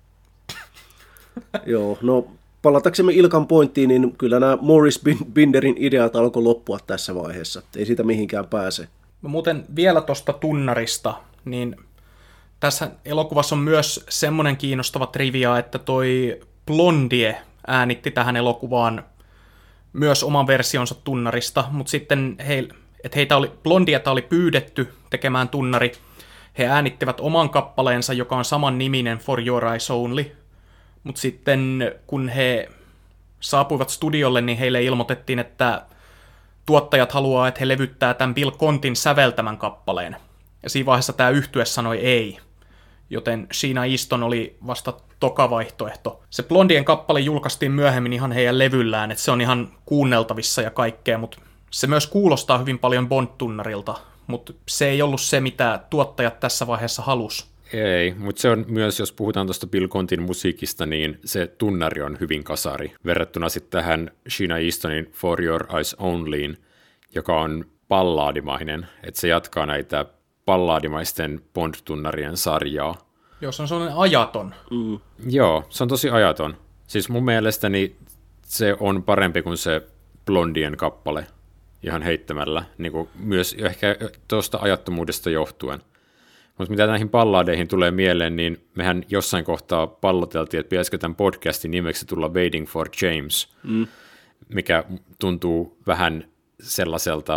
Joo, no palataksemme Ilkan pointtiin, niin kyllä nämä Maurice Binderin ideat alkoi loppua tässä vaiheessa. Ei siitä mihinkään pääse. No muuten vielä tuosta tunnarista, niin tässä elokuvassa on myös semmoinen kiinnostava trivia, että toi Blondie äänitti tähän elokuvaan myös oman versionsa tunnarista, mutta sitten he, että heitä oli, Blondieta oli pyydetty tekemään tunnari. He äänittivät oman kappaleensa, joka on saman niminen For Your Eyes Only, mutta sitten kun he saapuivat studiolle, niin heille ilmoitettiin, että tuottajat haluaa, että he levyttää tämän Bill Contin säveltämän kappaleen. Ja siinä vaiheessa tämä yhtye sanoi ei, joten Sheena Easton oli vasta toka vaihtoehto. Se Blondien kappale julkaistiin myöhemmin ihan heidän levyllään, että se on ihan kuunneltavissa ja kaikkea, mutta se myös kuulostaa hyvin paljon Bond-tunnarilta, mutta se ei ollut se, mitä tuottajat tässä vaiheessa halusi. Ei, mutta se on myös, jos puhutaan tuosta Bill Contin musiikista, niin se tunnari on hyvin kasari, verrattuna sitten tähän Sheena Eastonin For Your Eyes Onlyin, joka on pallaadimainen, että se jatkaa näitä pallaadimaisten Bond-tunnarien sarjaa. Joo, se on sellainen ajaton. Mm. Joo, se on tosi ajaton. Siis mun mielestäni se on parempi kuin se Blondien kappale ihan heittämällä, niin kuin myös ehkä tuosta ajattomuudesta johtuen. Mutta mitä näihin pallaadeihin tulee mieleen, niin mehän jossain kohtaa palloteltiin, että pitäisikö tämän podcastin nimeksi tulla Waiting for James, mm. mikä tuntuu vähän sellaiselta.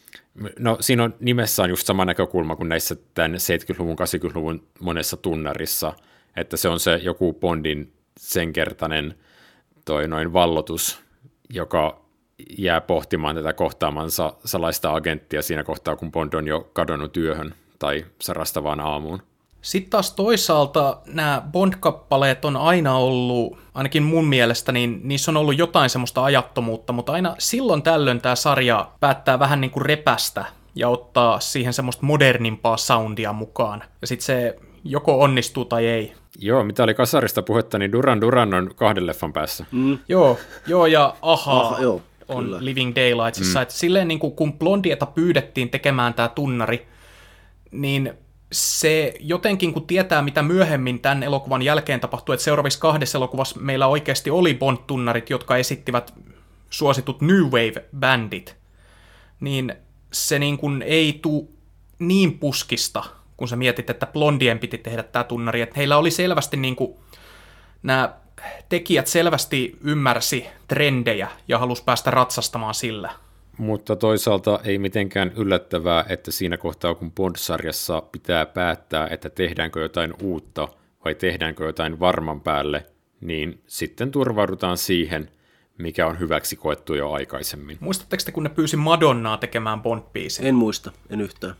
No siinä on nimessä on just sama näkökulma kuin näissä tämän seitsemänkymmentäluvun, kahdeksankymmentäluvun monessa tunnarissa, että se on se joku Bondin sen kertainen toi noin vallotus, joka jää pohtimaan tätä kohtaamansa salaista agenttia siinä kohtaa, kun Bond on jo kadonnut työhön tai sarastavaan aamuun. Sitten taas toisaalta nämä Bond-kappaleet on aina ollut, ainakin mun mielestä, niin niissä on ollut jotain semmoista ajattomuutta, mutta aina silloin tällöin tämä sarja päättää vähän niin kuin repästä ja ottaa siihen semmoista modernimpaa soundia mukaan. Ja sitten se joko onnistuu tai ei. Joo, mitä oli kasarista puhetta, niin Duran Duran on kahden leffan päässä. Mm. Joo, joo, ja aha, ah, joo, on kyllä. Living Daylightsissa. Mm. Että silleen niin kuin, kun Blondieta pyydettiin tekemään tämä tunnari, niin se jotenkin, kun tietää, mitä myöhemmin tämän elokuvan jälkeen tapahtui, että seuraavissa kahdessa elokuvassa meillä oikeasti oli Bond-tunnarit, jotka esittivät suositut New Wave-bändit, niin se niin kuin ei tule niin puskista, kun sä mietit, että Blondien piti tehdä tämä tunnari, että heillä oli selvästi niin kuin, nämä tekijät selvästi ymmärsi trendejä ja halusi päästä ratsastamaan sillä. Mutta toisaalta ei mitenkään yllättävää, että siinä kohtaa, kun Bond-sarjassa pitää päättää, että tehdäänkö jotain uutta vai tehdäänkö jotain varman päälle, niin sitten turvaudutaan siihen, mikä on hyväksi koettu jo aikaisemmin. Muistatteko te, kun ne pyysi Madonnaa tekemään Bond-biisin? En muista, en yhtään.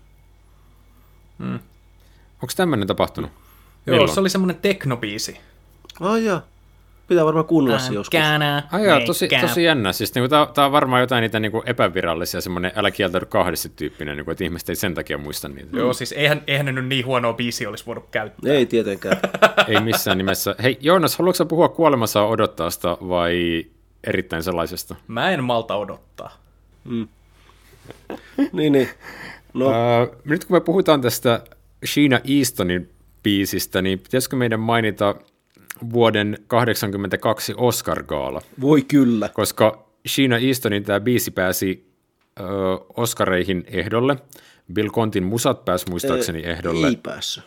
Hmm. Onko tämmöinen tapahtunut? Joo, Milloin? Se oli semmoinen teknobiisi. Ai jaa. Pitää varmaan kuunnella se joskus. Ai joo, tosi, tosi jännä. Siis, niin tämä on varmaan jotain niitä niin kuin epävirallisia, semmoinen älä kieltäydy kahdesti tyyppinen, niin kuin, että ihmiset ei sen takia muista niitä. Joo, siis eihän, eihän ne nyt niin huonoa biisiä olisi voinut käyttää. Ei tietenkään. Ei missään nimessä. Hei Joonas, haluatko puhua kuolemansa odottaasta vai erittäin sellaisesta? Mä en malta odottaa. Mm. niin, niin. No. Uh, nyt kun me puhutaan tästä Sheena Eastonin biisistä, niin pitäisikö meidän mainita vuoden kahdeksankymmentäkaksi Oscar-gaala? Voi kyllä. Koska Sheena Eastonin tämä biisi pääsi ö, Oscareihin ehdolle. Bill Contin musat pääsi muistaakseni ehdolle. Ei päässyt.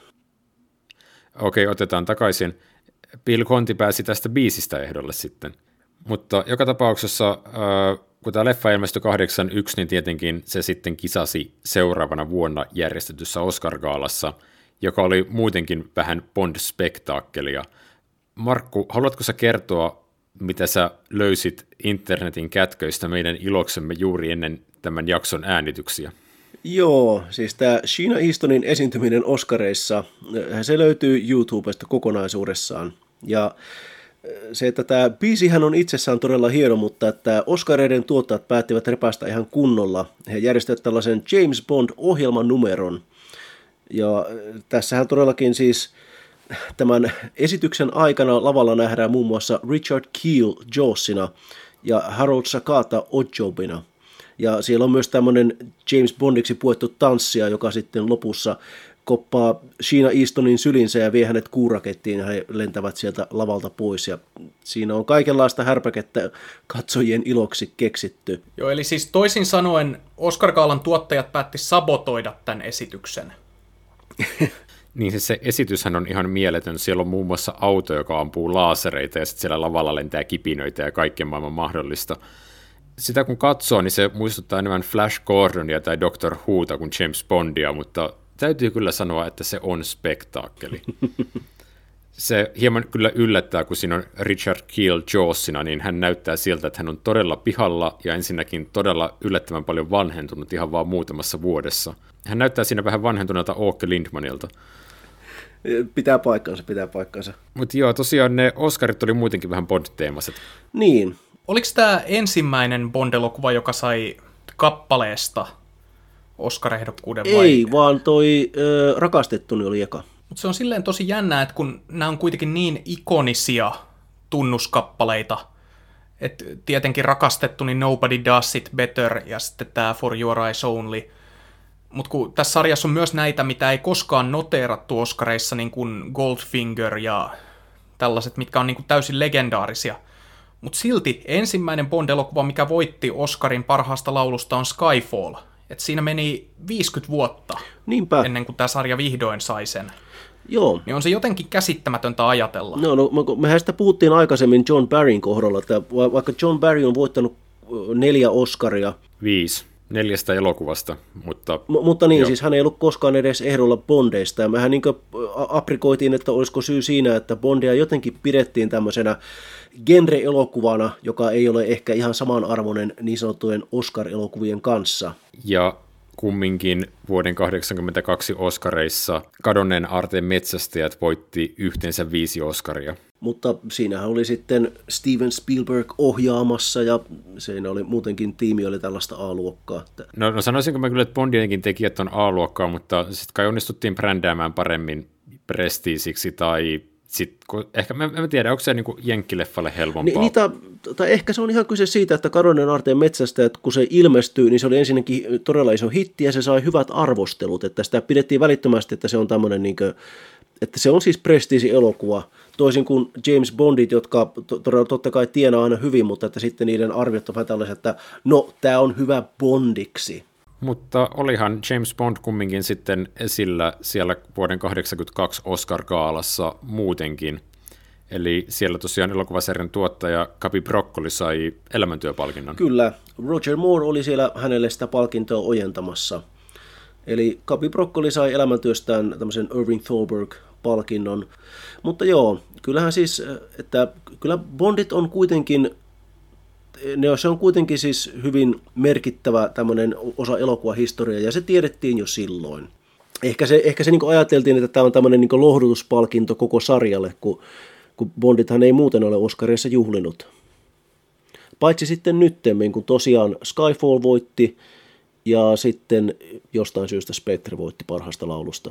Okei, otetaan takaisin. Bill Conti pääsi tästä biisistä ehdolle sitten. Mutta joka tapauksessa, ö, kun tämä leffa ilmestyi kahdeksankymmentäyksi, niin tietenkin se sitten kisasi seuraavana vuonna järjestetyssä Oscar-gaalassa, joka oli muutenkin vähän Bond-spektaakkelia. Markku, haluatko sä kertoa, mitä sä löysit internetin kätköistä meidän iloksemme juuri ennen tämän jakson äänityksiä? Joo, siis tämä Sheena Eastonin esiintyminen Oscareissa, se löytyy YouTubesta kokonaisuudessaan. Ja se, että tämä biisihän on itsessään todella hieno, mutta että Oscareiden tuottajat päättivät repäistä ihan kunnolla. He järjestivät tällaisen James Bond-ohjelman numeron. Ja tässähän todellakin siis tämän esityksen aikana lavalla nähdään muun muassa Richard Kiel Jawsina ja Harold Sakata Oddjobina. Ja siellä on myös tämmöinen James Bondiksi puettu tanssija, joka sitten lopussa koppaa Sheena Eastonin sylinsä ja vie hänet kuurakettiin ja he lentävät sieltä lavalta pois. Ja siinä on kaikenlaista härpäkettä katsojien iloksi keksitty. Joo, eli siis toisin sanoen Oscar-gaalan tuottajat päätti sabotoida tämän esityksen. Niin siis se esityshän on ihan mieletön. Siellä on muun muassa auto, joka ampuu laasereita ja sitten siellä lavalla lentää kipinöitä ja kaiken maailman mahdollista. Sitä kun katsoo, niin se muistuttaa enemmän Flash Gordonia tai doctor Whota kuin James Bondia, mutta täytyy kyllä sanoa, että se on spektaakkeli. Se hieman kyllä yllättää, kun siinä on Richard Kiel Jawsina, niin hän näyttää siltä, että hän on todella pihalla ja ensinnäkin todella yllättävän paljon vanhentunut ihan vaan muutamassa vuodessa. Hän näyttää siinä vähän vanhentuneelta Åke Lindmanilta. Pitää paikkansa, pitää paikkansa. Mutta joo, tosiaan ne Oscarit oli muutenkin vähän Bond-teemaiset. Niin. Oliko tämä ensimmäinen Bond-elokuva, joka sai kappaleesta Oscar-ehdokkuuden vai? Ei, vaan toi ö, Rakastettuni oli eka. Mutta se on silleen tosi jännää, että kun nämä on kuitenkin niin ikonisia tunnuskappaleita, että tietenkin Rakastettuni Nobody Does It Better ja sitten tämä For Your Eyes Only. Mutta kun tässä sarjassa on myös näitä, mitä ei koskaan noteerattu Oscareissa, niin kuin Goldfinger ja tällaiset, mitkä on niin kuin täysin legendaarisia. Mutta silti ensimmäinen Bond-elokuva, mikä voitti Oscarin parhaasta laulusta, on Skyfall. Et siinä meni viisikymmentä vuotta Niinpä. ennen kuin tämä sarja vihdoin sai sen. Joo. Niin on se jotenkin käsittämätöntä ajatella. No, no mehän sitä puhuttiin aikaisemmin John Barryn kohdalla, että vaikka John Barry on voittanut neljä Oscaria. Viisi. Neljästä elokuvasta, mutta... M- mutta niin, jo. siis hän ei ollut koskaan edes ehdolla Bondeista. Ja mehän niin aprikoitiin, että olisiko syy siinä, että Bondia jotenkin pidettiin tämmöisenä genre-elokuvana, joka ei ole ehkä ihan samanarvoinen niin sanottujen Oscar-elokuvien kanssa. Ja kumminkin vuoden kahdeksankymmentäkaksi Oscareissa Kadonneen aarteen metsästäjät voitti yhteensä viisi Oscaria. Mutta siinähän oli sitten Steven Spielberg ohjaamassa ja siinä oli muutenkin tiimi oli tällaista A-luokkaa. No, no sanoisinko mä kyllä, että Bondienkin tekijät on A-luokkaa, mutta sitten kai onnistuttiin brändäämään paremmin prestiisiksi tai sitten, ehkä mä en tiedä, onko se niin kuin jenkkileffalle helpompaa? Ni, niitä, tai ehkä se on ihan kyse siitä, että Kadonneen aarteen metsästäjät, kun se ilmestyi, niin se oli ensinnäkin todella iso hitti ja se sai hyvät arvostelut, että sitä pidettiin välittömästi, että se on tämmöinen niin kuin, että se on siis prestiisi-elokuva, toisin kuin James Bondit, jotka todella totta kai tienaa aina hyvin, mutta että sitten niiden arviot on vähän tällaiset, että no, tämä on hyvä Bondiksi. Mutta olihan James Bond kumminkin sitten esillä siellä vuoden kahdeksankymmentäkaksi Oscar-gaalassa muutenkin. Eli siellä tosiaan elokuvasarjan tuottaja Capi Broccoli sai elämäntyöpalkinnon. Kyllä, Roger Moore oli siellä hänelle sitä palkintoa ojentamassa. Eli Capi Broccoli sai elämäntyöstään tämmöisen Irving Thalberg-palkinnon. Mutta joo, kyllähän siis, että kyllä Bondit on kuitenkin, ne, se on kuitenkin siis hyvin merkittävä tämmöinen osa elokuvahistoriaa, ja se tiedettiin jo silloin. Ehkä se, ehkä se niin kuin ajateltiin, että tämä on tämmöinen niin kuin lohdutuspalkinto koko sarjalle, kun, kun Bondithan ei muuten ole Oscarissa juhlinut. Paitsi sitten nyttemmin, kun tosiaan Skyfall voitti, ja sitten jostain syystä Spectre voitti parhaasta laulusta.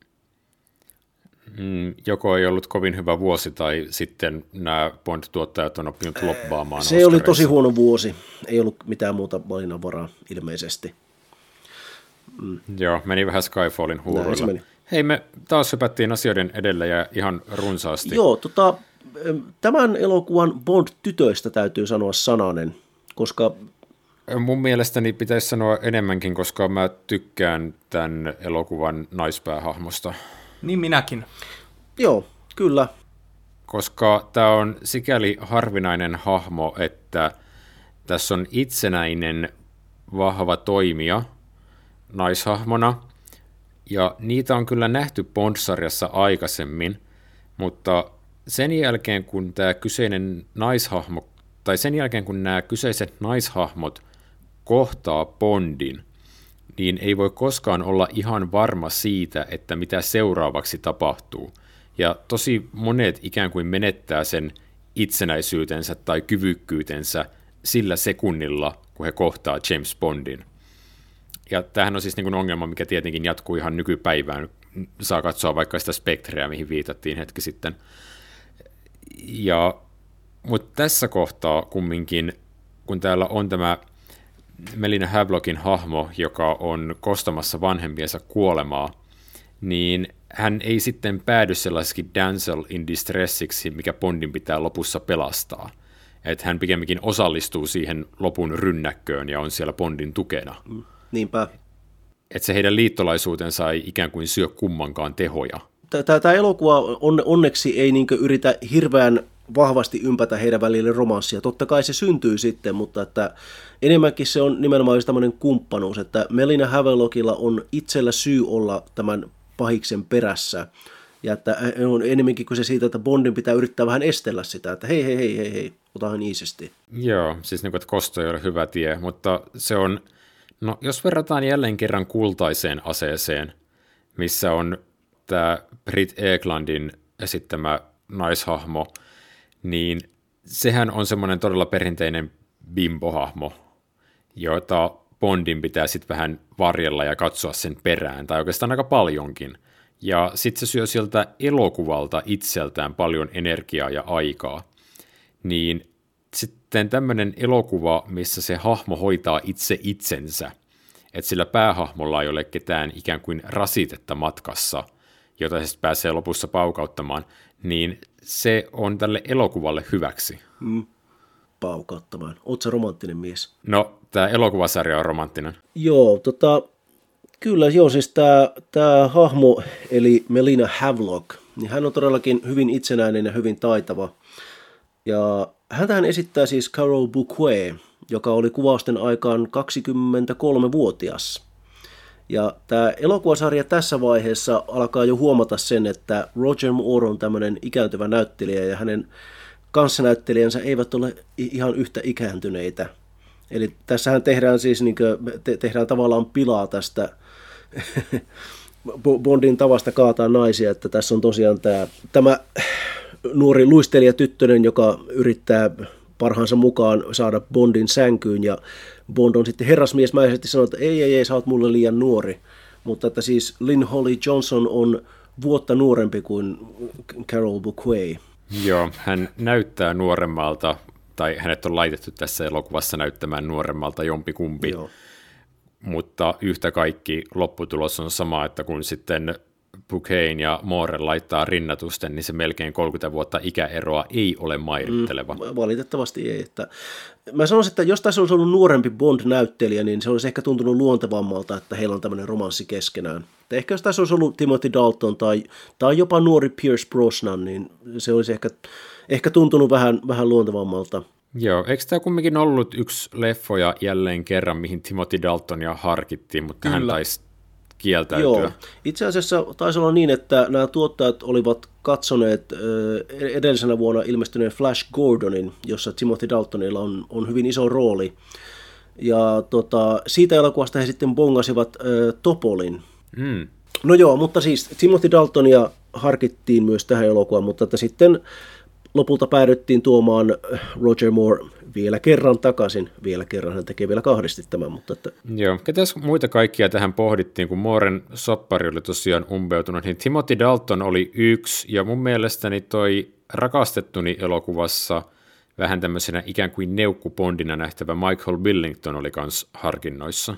Mm, joko ei ollut kovin hyvä vuosi, tai sitten nämä Bond-tuottajat on oppinut lobbaamaan Se oli tosi huono vuosi. Ei ollut mitään muuta valinnanvaraa ilmeisesti. Mm. Joo, meni vähän Skyfallin huuruilla. Hei, me taas hypättiin asioiden edellä ja ihan runsaasti. Joo, tota, tämän elokuvan Bond-tytöistä täytyy sanoa sananen, koska... Mun mielestäni pitäisi sanoa enemmänkin, koska mä tykkään tämän elokuvan naispäähahmosta. Niin minäkin. Joo, kyllä. Koska tämä on sikäli harvinainen hahmo, että tässä on itsenäinen, vahva toimija naishahmona, ja niitä on kyllä nähty Bond-sarjassa aikaisemmin, mutta sen jälkeen, kun tämä kyseinen naishahmo, tai sen jälkeen, kun nämä kyseiset naishahmot kohtaa Bondin, niin ei voi koskaan olla ihan varma siitä, että mitä seuraavaksi tapahtuu. Ja tosi monet ikään kuin menettää sen itsenäisyytensä tai kyvykkyytensä sillä sekunnilla, kun he kohtaa James Bondin. Ja tämähän on siis niin kuin ongelma, mikä tietenkin jatkuu ihan nykypäivään. Saa katsoa vaikka sitä Spectrea, mihin viitattiin hetki sitten. Ja, mutta tässä kohtaa kumminkin, kun täällä on tämä Melina Havelockin hahmo, joka on kostamassa vanhempiensa kuolemaa, niin hän ei sitten päädy sellaiseksi damsel in distressiksi, mikä Bondin pitää lopussa pelastaa. Että hän pikemminkin osallistuu siihen lopun rynnäkköön ja on siellä Bondin tukena. Niinpä. että se heidän liittolaisuutensa ei ikään kuin syö kummankaan tehoja. Tämä elokuva on, onneksi ei niinkö yritä hirveän vahvasti ympätä heidän välille romanssia. Totta kai se syntyy sitten, mutta että enemmänkin se on nimenomaan tämmöinen kumppanuus, että Melina Havelockilla on itsellä syy olla tämän pahiksen perässä. Ja että on enemmänkin kuin se siitä, että Bondin pitää yrittää vähän estellä sitä, että hei, hei, hei, hei, hei, otahan iisisti. Joo, siis niin kuin, että kosto ei ole hyvä tie, mutta se on, no jos verrataan jälleen kerran kultaiseen aseeseen, missä on tämä Britt Eklandin esittämä naishahmo, niin sehän on semmoinen todella perinteinen bimbohahmo, jota Bondin pitää sitten vähän varjella ja katsoa sen perään, tai oikeastaan aika paljonkin. Ja sitten se syö sieltä elokuvalta itseltään paljon energiaa ja aikaa. Niin sitten tämmöinen elokuva, missä se hahmo hoitaa itse itsensä, että sillä päähahmolla ei ole ketään ikään kuin rasitetta matkassa, jota se sitten pääsee lopussa paukauttamaan, niin se on tälle elokuvalle hyväksi. Mm. Paukauttamaan. Ootko sä romanttinen mies? No, tämä elokuvasarja on romanttinen. Joo, tota, kyllä joo, siis tämä, tämä hahmo, eli Melina Havelock, niin hän on todellakin hyvin itsenäinen ja hyvin taitava. Ja häntähän esittää siis Carole Bouquet, joka oli kuvausten aikaan kaksikymmentäkolmevuotias. Ja tämä elokuvasarja tässä vaiheessa alkaa jo huomata sen, että Roger Moore on tämmöinen ikääntyvä näyttelijä ja hänen kanssanäyttelijänsä eivät ole ihan yhtä ikääntyneitä. Eli tässähän tehdään siis niin kuin, te- tehdään tavallaan pilaa tästä Bondin tavasta kaataa naisia, että tässä on tosiaan tämä, tämä nuori luistelijatyttönen, joka yrittää parhaansa mukaan saada Bondin sänkyyn, ja Bond on sitten herrasmiesmäisesti sanonut, että ei, ei, ei, sä oot mulle liian nuori. Mutta että siis Lynn Holly Johnson on vuotta nuorempi kuin Carole Bouquet. Joo, hän näyttää nuoremmalta, tai hänet on laitettu tässä elokuvassa näyttämään nuoremmalta jompikumpi. Joo. Mutta yhtä kaikki lopputulos on sama, että kun sitten Bouquetin ja Mooren laittaa rinnatusten, niin se melkein kolmekymmentä vuotta ikäeroa ei ole mairitteleva. Mm, valitettavasti ei. Että mä sanoisin, että jos tässä olisi ollut nuorempi Bond-näyttelijä, niin se olisi ehkä tuntunut luontevammalta, että heillä on tämmöinen romanssi keskenään. Että ehkä jos tässä olisi ollut Timothy Dalton tai, tai jopa nuori Pierce Brosnan, niin se olisi ehkä, ehkä tuntunut vähän, vähän luontevammalta. Joo, eikö tämä kumminkin ollut yksi leffoja jälleen kerran, mihin Timothy Daltonia harkittiin, mutta Kyllä. hän taisi kieltäytyä. Joo, itse asiassa taisi olla niin, että nämä tuottajat olivat katsoneet edellisenä vuonna ilmestyneen Flash Gordonin, jossa Timothy Daltonilla on, on hyvin iso rooli. Ja tota, siitä elokuvasta he sitten bongasivat äh, Topolin. Mm. No joo, mutta siis Timothy Daltonia harkittiin myös tähän elokuvaan, mutta että sitten lopulta päädyttiin tuomaan Roger Moore vielä kerran takaisin. Vielä kerran, hän tekee vielä kahdesti tämän. Mutta että... Joo, ketäs muita kaikkia tähän pohdittiin, kun Mooren soppari oli tosiaan umpeutunut, niin Timothy Dalton oli yksi, ja mun mielestäni toi Rakastettuni elokuvassa vähän tämmöisenä ikään kuin neukkupondina nähtävä Michael Billington oli kans harkinnoissa.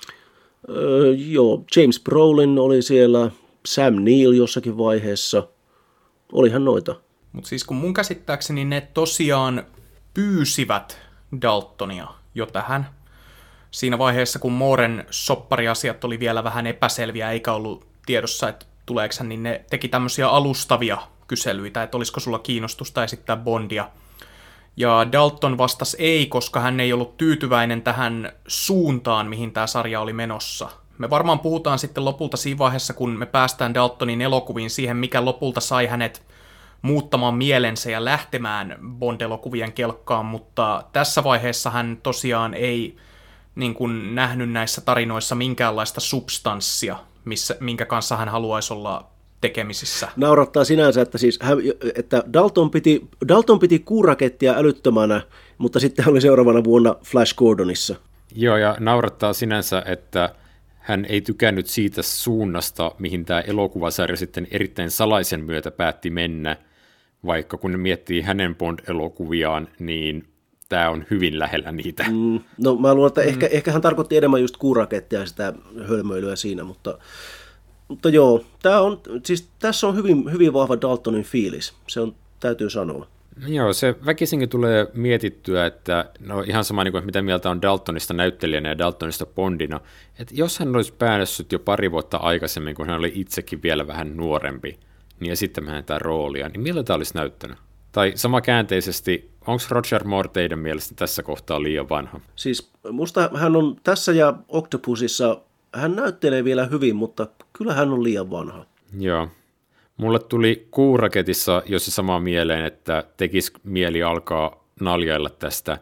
Öö, joo, James Brolin oli siellä, Sam Neill jossakin vaiheessa. Olihan noita. Mutta siis kun mun käsittääkseni ne tosiaan pyysivät Daltonia jo tähän. Siinä vaiheessa, kun Mooren soppariasiat oli vielä vähän epäselviä, eikä ollut tiedossa, että tuleeko hän, niin ne teki tämmöisiä alustavia kyselyitä, että olisiko sulla kiinnostusta esittää Bondia. Ja Dalton vastasi ei, koska hän ei ollut tyytyväinen tähän suuntaan, mihin tämä sarja oli menossa. Me varmaan puhutaan sitten lopulta siinä vaiheessa, kun me päästään Daltonin elokuviin siihen, mikä lopulta sai hänet muuttamaan mielensä ja lähtemään Bond-elokuvien kelkkaan, mutta tässä vaiheessa hän tosiaan ei niin kuin, nähnyt näissä tarinoissa minkäänlaista substanssia, missä, minkä kanssa hän haluaisi olla tekemisissä. Naurattaa sinänsä, että, siis, että Dalton piti, Dalton piti kuurakettia älyttömänä, mutta sitten hän oli seuraavana vuonna Flash Gordonissa. Joo, ja naurattaa sinänsä, että hän ei tykännyt siitä suunnasta, mihin tämä elokuvasarja sitten erittäin salaisen myötä päätti mennä, vaikka kun miettii hänen Bond-elokuviaan, niin tämä on hyvin lähellä niitä. Mm, no mä luulen, että mm. ehkä, ehkä hän tarkoitti enemmän just kuurakettia ja sitä hölmöilyä siinä, mutta, mutta joo, tää on, siis tässä on hyvin, hyvin vahva Daltonin fiilis, se on, täytyy sanoa. Joo, se väkisinkin tulee mietittyä, että no ihan sama niin kuin, mitä mieltä on Daltonista näyttelijänä ja Daltonista Bondina, että jos hän olisi päässyt jo pari vuotta aikaisemmin, kun hän oli itsekin vielä vähän nuorempi, niin esittämään tämä roolia, niin miltä tämä olisi näyttänyt? Tai sama käänteisesti, onko Roger Moore teidän mielestä tässä kohtaa liian vanha? Siis musta hän on tässä ja Octopusissa, hän näyttelee vielä hyvin, mutta kyllä hän on liian vanha. Joo. Mulle tuli Kuuraketissa jo se sama mieleen, että tekisi mieli alkaa naljailla tästä.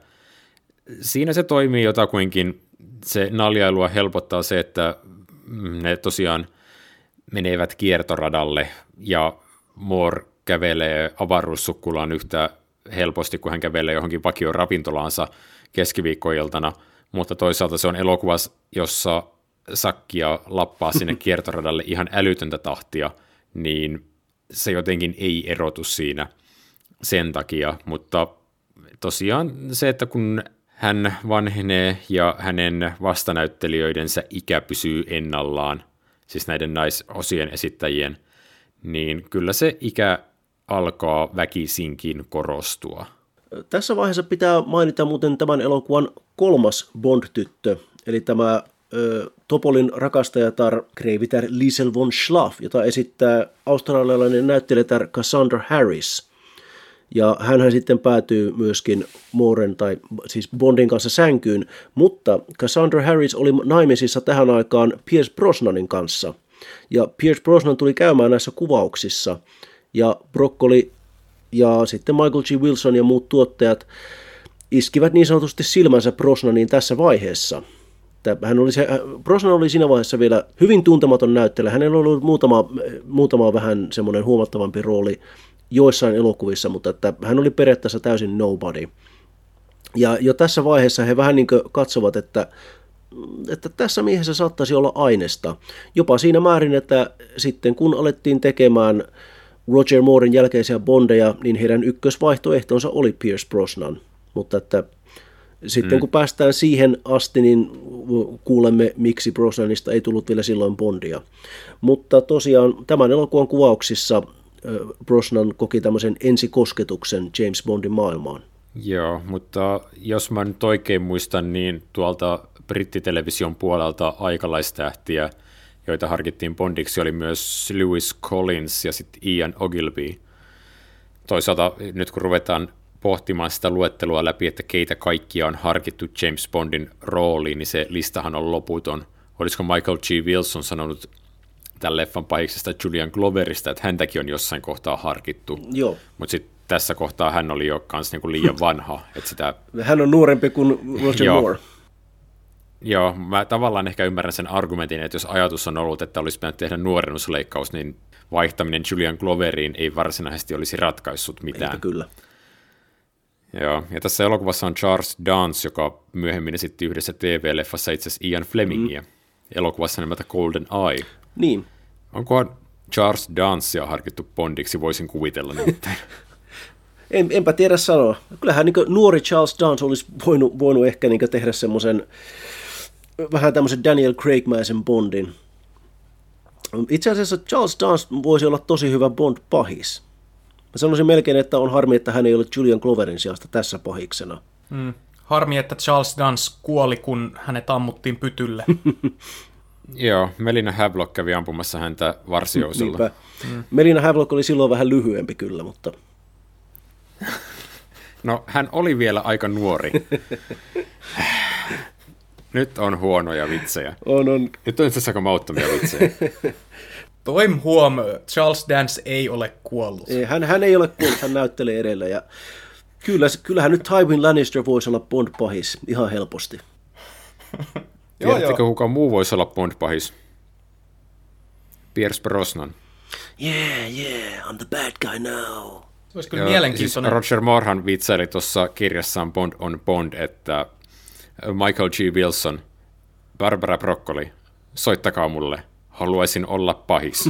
Siinä se toimii jotakuinkin, se naljailua helpottaa se, että ne tosiaan menevät kiertoradalle ja Moore kävelee avaruussukkulaan yhtä helposti, kun hän kävelee johonkin vakioon ravintolaansa keskiviikkoiltana, mutta toisaalta se on elokuva, jossa sakkia lappaa sinne kiertoradalle ihan älytöntä tahtia, niin se jotenkin ei erotu siinä sen takia, mutta tosiaan se, että kun hän vanhenee ja hänen vastanäyttelijöidensä ikä pysyy ennallaan, siis näiden naisosien esittäjien, niin kyllä se ikä alkaa väkisinkin korostua. Tässä vaiheessa pitää mainita muuten tämän elokuvan kolmas Bond-tyttö, eli tämä ö, Topolin rakastajatar kreivitär Liesl von Schlaff, jota esittää australialainen näyttelijätär Cassandra Harris. Ja hänhän sitten päätyy myöskin Mooren tai siis Bondin kanssa sänkyyn, mutta Cassandra Harris oli naimisissa tähän aikaan Pierce Brosnanin kanssa. Ja Pierce Brosnan tuli käymään näissä kuvauksissa, ja Broccoli ja sitten Michael G. Wilson ja muut tuottajat iskivät niin sanotusti silmänsä Brosnaniin tässä vaiheessa. Hän oli se, Brosnan oli siinä vaiheessa vielä hyvin tuntematon näyttelijä. Hänellä oli ollut muutama, muutama vähän semmoinen huomattavampi rooli joissain elokuvissa, mutta että hän oli periaatteessa täysin nobody. Ja jo tässä vaiheessa he vähän niin kuin katsovat, että, että tässä miehessä saattaisi olla aineesta. Jopa siinä määrin, että sitten kun alettiin tekemään Roger Mooren jälkeisiä Bondeja, niin heidän ykkösvaihtoehtonsa oli Pierce Brosnan. Mutta että sitten mm. kun päästään siihen asti, niin kuulemme, miksi Brosnanista ei tullut vielä silloin Bondia. Mutta tosiaan tämän elokuvan kuvauksissa Brosnan koki tämmöisen ensikosketuksen James Bondin maailmaan. Joo, mutta jos mä nyt oikein muistan, niin tuolta brittitelevision puolelta aikalaistähtiä, joita harkittiin Bondiksi, oli myös Lewis Collins ja sitten Ian Ogilvy. Toisaalta nyt kun ruvetaan pohtimaan sitä luettelua läpi, että keitä kaikkia on harkittu James Bondin rooliin, niin se listahan on loputon. Olisiko Michael G. Wilson sanonut tämän leffan pahiksesta Julian Gloverista, että häntäkin on jossain kohtaa harkittu. Joo. Mutta sitten tässä kohtaa hän oli jo kans niinku liian vanha. Että sitä... Hän on nuorempi kuin Roger Joo. Moore. Joo, mä tavallaan ehkä ymmärrän sen argumentin, että jos ajatus on ollut, että olisi pitänyt tehdä nuorennusleikkaus, niin vaihtaminen Julian Gloveriin ei varsinaisesti olisi ratkaissut mitään. Eipä kyllä. Joo, ja tässä elokuvassa on Charles Dance, joka myöhemmin esitti yhdessä T V-leffassa itse asiassa Ian Flemingia. Mm. Elokuvassa nimeltä Golden Eye. Niin. Onkohan Charles Dancea harkittu Bondiksi, voisin kuvitella nimittäin. En, enpä tiedä sanoa. Kyllähän niin nuori Charles Dance olisi voinut, voinut ehkä niin tehdä semmoisen vähän tämmöisen Daniel Craig-mäisen Bondin. Itse asiassa Charles Dance voisi olla tosi hyvä Bond-pahis. Mä sanoisin melkein, että on harmi, että hän ei ole Julian Gloverin sijasta tässä pahiksena. Mm. Harmi, että Charles Dance kuoli, kun hänet ammuttiin pytylle. Joo, Melina Havelock kävi ampumassa häntä varsioisella. Niinpä. Mm. Melina Havelock oli silloin vähän lyhyempi kyllä, mutta... No, hän oli vielä aika nuori. Nyt on huonoja vitsejä. On, on. Nyt on itse asiassa aika mauttomia vitsejä. Toim huom, Charles Dance ei ole kuollut. Ei, hän, hän ei ole kuollut, hän näyttelee edelleen. Ja kyllä, kyllähän nyt Tywin Lannister voisi olla Bond-pahis ihan helposti. Tiedättekö, kuka muu voisi olla Bond-pahis? Pierce Brosnan. Yeah, yeah, I'm the bad guy now. Se olisi kyllä ja mielenkiintoinen. Siis Roger Moorehan vitsaili tuossa kirjassaan Bond on Bond, että Michael G. Wilson, Barbara Broccoli, soittakaa mulle, haluaisin olla pahis.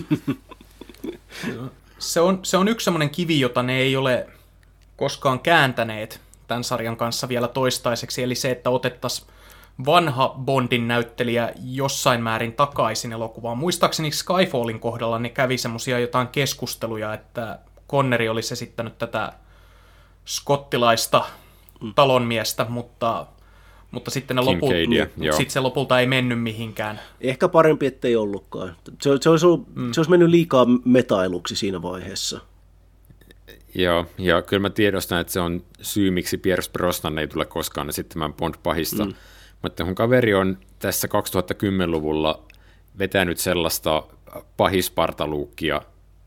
Se on, se on yksi semmoinen kivi, jota ne ei ole koskaan kääntäneet tämän sarjan kanssa vielä toistaiseksi, eli se, että otettaisiin vanha Bondin näyttelijä jossain määrin takaisin elokuvaan. Muistaakseni Skyfallin kohdalla ne kävi semmoisia jotain keskusteluja, että Connery olisi esittänyt tätä skottilaista mm. talonmiestä, mutta, mutta sitten ne loput, sit se lopulta ei mennyt mihinkään. Ehkä parempi, ettei ollutkaan. Se, se, olisi, ollut, mm. se olisi mennyt liikaa metailuksi siinä vaiheessa. Joo, ja kyllä mä tiedostan, että se on syy, miksi Pierce Brosnan ei tule koskaan esittämään Bond-pahista. Mm. Mutta kun kaveri on tässä kaksituhattakymmenluvulla vetänyt sellaista pahispartaluukkia,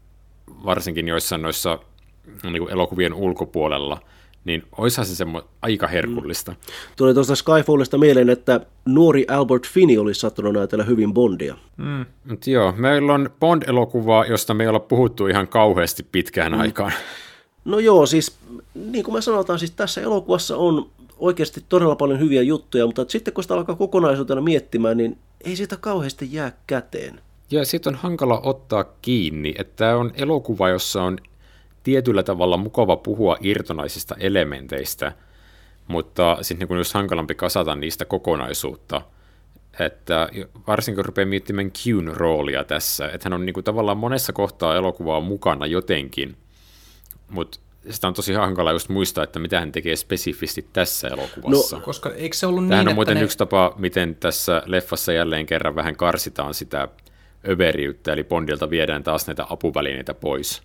varsinkin joissain noissa niin kuin elokuvien ulkopuolella, niin oishan se semmo aika herkullista. Mm. Tuli tuosta Skyfallista mieleen, että nuori Albert Finney olisi sattunut näytellä hyvin Bondia. Mm. Mut joo, meillä on Bond-elokuva, josta me ei olla puhuttu ihan kauheasti pitkään mm. aikaan. No joo, siis niin kuin me sanotaan, siis tässä elokuvassa on oikeasti todella paljon hyviä juttuja, mutta sitten kun sitä alkaa kokonaisuutena miettimään, niin ei siitä kauheasti jää käteen. Ja sitten on hankala ottaa kiinni, että tämä on elokuva, jossa on tietyllä tavalla mukava puhua irtonaisista elementeistä, mutta sitten niin just hankalampi kasata niistä kokonaisuutta. Että varsinkin kun rupeaa miettimään Qn roolia tässä, että hän on niin kuin tavallaan monessa kohtaa elokuvaa mukana jotenkin, mutta sitä on tosi hankala just muistaa, että mitä hän tekee spesifisti tässä elokuvassa. No, koska eikö se ollut Tämähän niin, on muuten ne... yksi tapa, miten tässä leffassa jälleen kerran vähän karsitaan sitä överiyttä, eli Bondilta viedään taas näitä apuvälineitä pois.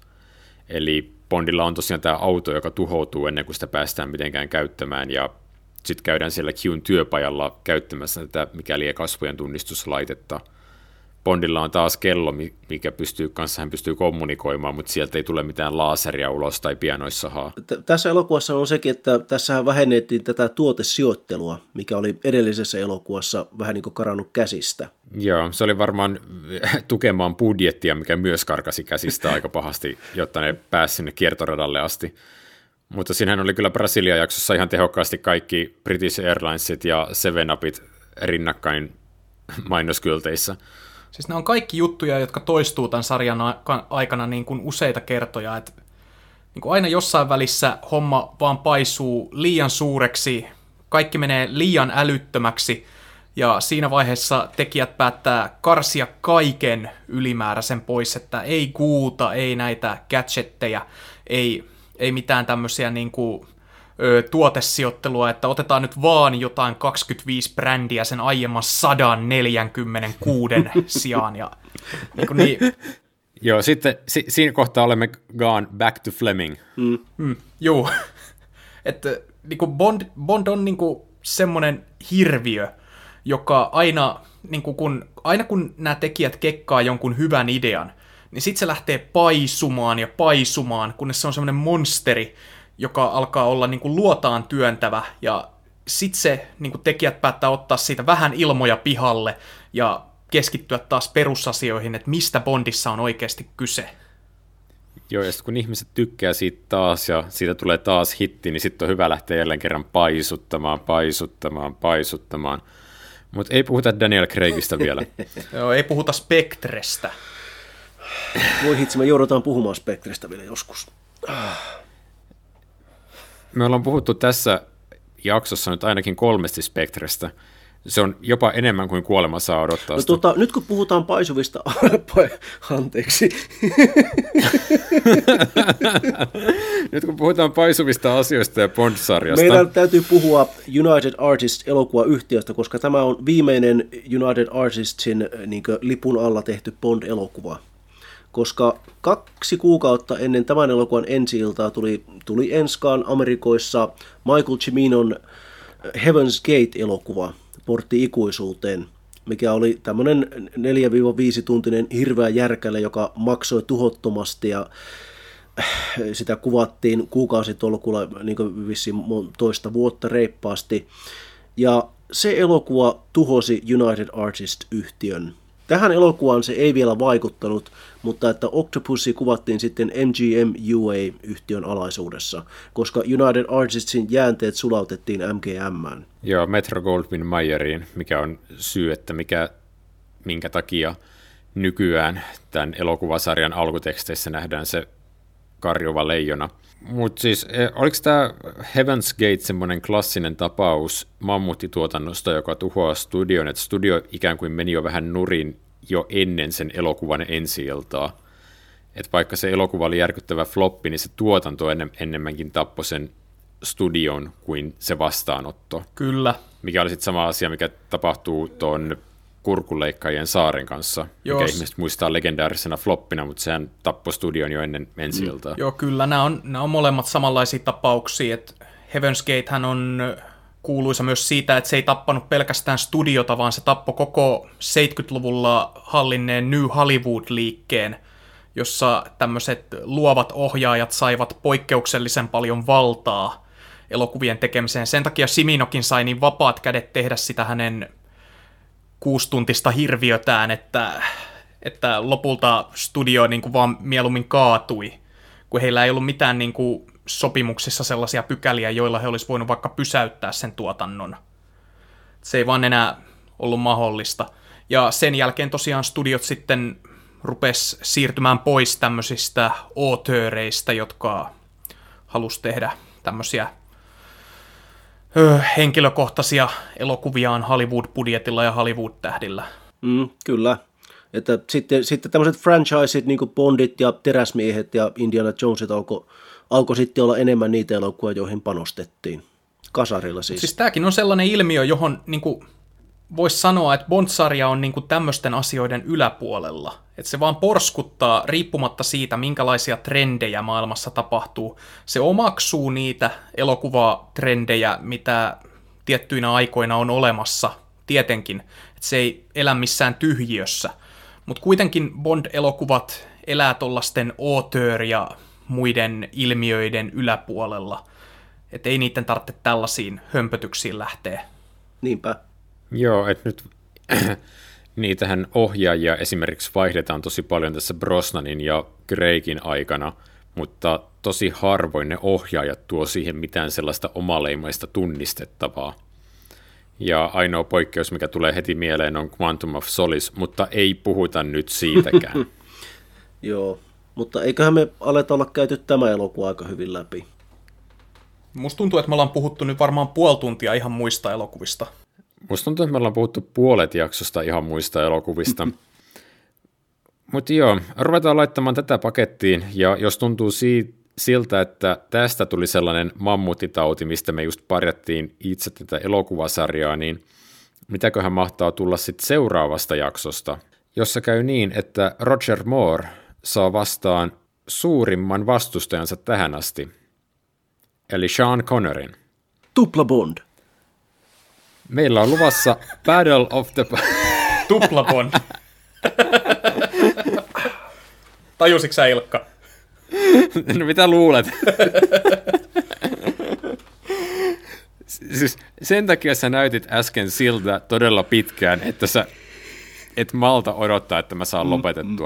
Eli Bondilla on tosiaan tämä auto, joka tuhoutuu ennen kuin sitä päästään mitenkään käyttämään, ja sitten käydään siellä Qn työpajalla käyttämässä tätä mikäli kasvojen tunnistuslaitetta. Bondilla on taas kello, mikä pystyy, kanssa hän pystyy kommunikoimaan, mutta sieltä ei tule mitään laaseria ulos tai pianoissahaa. T- tässä elokuvassa on sekin, että tässähän vähennettiin tätä tuotesijoittelua, mikä oli edellisessä elokuvassa vähän niin kuin karannut käsistä. Joo, se oli varmaan tukemaan budjettia, mikä myös karkasi käsistä aika pahasti, jotta ne pääsi sinne kiertoradalle asti. Mutta siinähän oli kyllä Brasilia-jaksossa ihan tehokkaasti kaikki British Airlinesit ja Seven Upit rinnakkain mainoskylteissä. Siis ne on kaikki juttuja, jotka toistuu tämän sarjan aikana niin kuin useita kertoja. Et niin kuin aina jossain välissä homma vaan paisuu liian suureksi, kaikki menee liian älyttömäksi, ja siinä vaiheessa tekijät päättää karsia kaiken ylimääräisen pois, että ei kuuta, ei näitä gadgetteja, ei, ei mitään tämmöisiä niin kuin tuotesijoittelua, että otetaan nyt vaan jotain kaksikymmentäviisi brändiä sen aiemman sata neljäkymmentäkuusi sijaan. Ja, niin kuin niin. Joo, sitten si- siinä kohtaa olemme gone back to Fleming. Mm. Mm, joo, että niin kuin Bond, Bond on niin kuin semmoinen hirviö, joka aina, niin kuin kun, aina kun nämä tekijät kekkaa jonkun hyvän idean, niin sitten se lähtee paisumaan ja paisumaan, kunnes se on semmoinen monsteri, joka alkaa olla niin kuin luotaan työntävä, ja sitten se niin kuin tekijät päättää ottaa siitä vähän ilmoja pihalle ja keskittyä taas perusasioihin, että mistä Bondissa on oikeasti kyse. Joo, ja sitten kun ihmiset tykkää siitä taas ja siitä tulee taas hitti, niin sitten on hyvä lähteä jälleen kerran paisuttamaan, paisuttamaan, paisuttamaan. Mutta ei puhuta Daniel Craigista vielä. Joo, ei puhuta Spectrestä. Voi hitsi, me joudutaan puhumaan Spectrestä vielä joskus. Me ollaan puhuttu tässä jaksossa nyt ainakin kolmesti Spectrestä. Se on jopa enemmän kuin kuolema saa odottaa. No, tuota, nyt kun puhutaan paisuvista... Anteeksi. Nyt kun puhutaan paisuvista asioista ja Bond-sarjasta... Meidän täytyy puhua United Artists-elokuvayhtiöstä, koska tämä on viimeinen United Artistsin niin kuin, lipun alla tehty Bond-elokuva. Koska kaksi kuukautta ennen tämän elokuvan ensi-iltaa tuli, tuli enskaan Amerikoissa Michael Ciminon Heaven's Gate-elokuva, Portti ikuisuuteen, mikä oli tämmöinen neljä viisi tuntinen hirveä järkäle, joka maksoi tuhottomasti, ja sitä kuvattiin kuukausitolkulla niin kuin vissiin toista vuotta reippaasti. Ja se elokuva tuhosi United Artists-yhtiön. Tähän elokuvaan se ei vielä vaikuttanut, mutta että Octopussy kuvattiin sitten M G M U A-yhtiön alaisuudessa, koska United Artistsin jäänteet sulautettiin M G M:ään. Joo, Metro-Goldwyn-Mayeriin, mikä on syy, että mikä, minkä takia nykyään tämän elokuvasarjan alkuteksteissä nähdään se karjuva leijona. Mutta siis, oliko tämä Heaven's Gate semmoinen klassinen tapaus mammuttituotannosta, joka tuhoaa studion, että studio ikään kuin meni jo vähän nurin jo ennen sen elokuvan ensi-iltaa. Että vaikka se elokuva oli järkyttävä floppi, niin se tuotanto ennen, enemmänkin tappoi sen studion kuin se vastaanotto. Kyllä. Mikä oli sitten sama asia, mikä tapahtuu tuon kurkunleikkaajien saaren kanssa, Joo, mikä ihmiset muistaa legendaarisena floppina, mutta sehän tappoi studion jo ennen ensi-iltaa. Mm, joo, kyllä. Nämä on, nämä on molemmat samanlaisia tapauksia. Että Heaven's Gatehän on kuuluisa myös siitä, että se ei tappanut pelkästään studiota, vaan se tappoi koko seitsemänkymmentäluvulla hallinneen New Hollywood-liikkeen, jossa tämmöiset luovat ohjaajat saivat poikkeuksellisen paljon valtaa elokuvien tekemiseen. Sen takia Siminokin sai niin vapaat kädet tehdä sitä hänen kuustuntista hirviötään, että, että lopulta studio niin kuin vaan mieluummin kaatui, kun heillä ei ollut mitään niin kuin sopimuksissa sellaisia pykäliä, joilla he olisivat voinut vaikka pysäyttää sen tuotannon. Se ei vaan enää ollut mahdollista. Ja sen jälkeen tosiaan studiot sitten rupes siirtymään pois tämmöisistä autööreistä, jotka halusi tehdä tämmöisiä ö, henkilökohtaisia elokuviaan Hollywood-budjetilla ja Hollywood-tähdillä. Mm, kyllä. Että sitten, sitten tämmöiset franchiseit, niin kuin Bondit ja Teräsmiehet ja Indiana Jonesit alkoi alko sitten olla enemmän niitä elokuvia, joihin panostettiin. Kasarilla siis. Siis tämäkin on sellainen ilmiö, johon niin kuin voisi sanoa, että Bond-sarja on niin kuin tämmöisten asioiden yläpuolella. Että se vaan porskuttaa riippumatta siitä, minkälaisia trendejä maailmassa tapahtuu. Se omaksuu niitä elokuvatrendejä, mitä tiettyinä aikoina on olemassa, tietenkin. Että se ei elä missään tyhjiössä. Mutta kuitenkin Bond-elokuvat elää tollasten auteur- ja muiden ilmiöiden yläpuolella. Että ei niiden tarvitse tällaisiin hömpötyksiin lähteä. Niinpä. Joo, että nyt niitähän ohjaajia esimerkiksi vaihdetaan tosi paljon tässä Brosnanin ja Craigin aikana, mutta tosi harvoin ne ohjaajat tuo siihen mitään sellaista omaleimaista tunnistettavaa. Ja ainoa poikkeus, mikä tulee heti mieleen, on Quantum of Solace, mutta ei puhuta nyt siitäkään. Joo, mutta eiköhän me aleta olla käyty tämä elokuva aika hyvin läpi. Musta tuntuu, että me ollaan puhuttu nyt varmaan puoli tuntia ihan muista elokuvista. Musta tuntuu, että me ollaan puhuttu puolet jaksosta ihan muista elokuvista. Mutta joo, ruvetaan laittamaan tätä pakettiin, ja jos tuntuu si- siltä, että tästä tuli sellainen mammutitauti, mistä me just parjattiin itse tätä elokuvasarjaa, niin mitäköhän mahtaa tulla sitten seuraavasta jaksosta, jossa käy niin, että Roger Moore saa vastaan suurimman vastustajansa tähän asti, eli Sean Connerin. Tupla Bond. Meillä on luvassa Battle of the... Tupla Bond. Tajusitko sä, Ilkka? No mitä luulet? Siis sen takia sä näytit äsken siltä todella pitkään, että sä et malta odottaa, että mä saan lopetettua.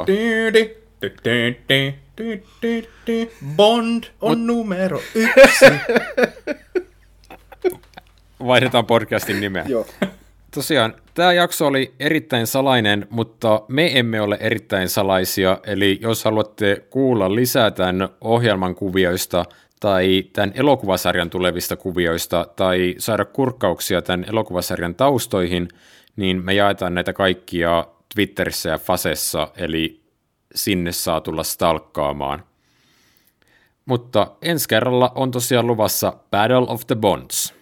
Bond on Mut... numero yksi. Vaihdetaan podcastin nimeä. Joo. Tosiaan, tämä jakso oli erittäin salainen, mutta me emme ole erittäin salaisia, eli jos haluatte kuulla lisää tämän ohjelman kuvioista tai tämän elokuvasarjan tulevista kuvioista tai saada kurkkauksia tämän elokuvasarjan taustoihin, niin me jaetaan näitä kaikkia Twitterissä ja Fasessa, eli sinne saa tulla stalkkaamaan. Mutta ensi kerralla on tosiaan luvassa Battle of the Bonds.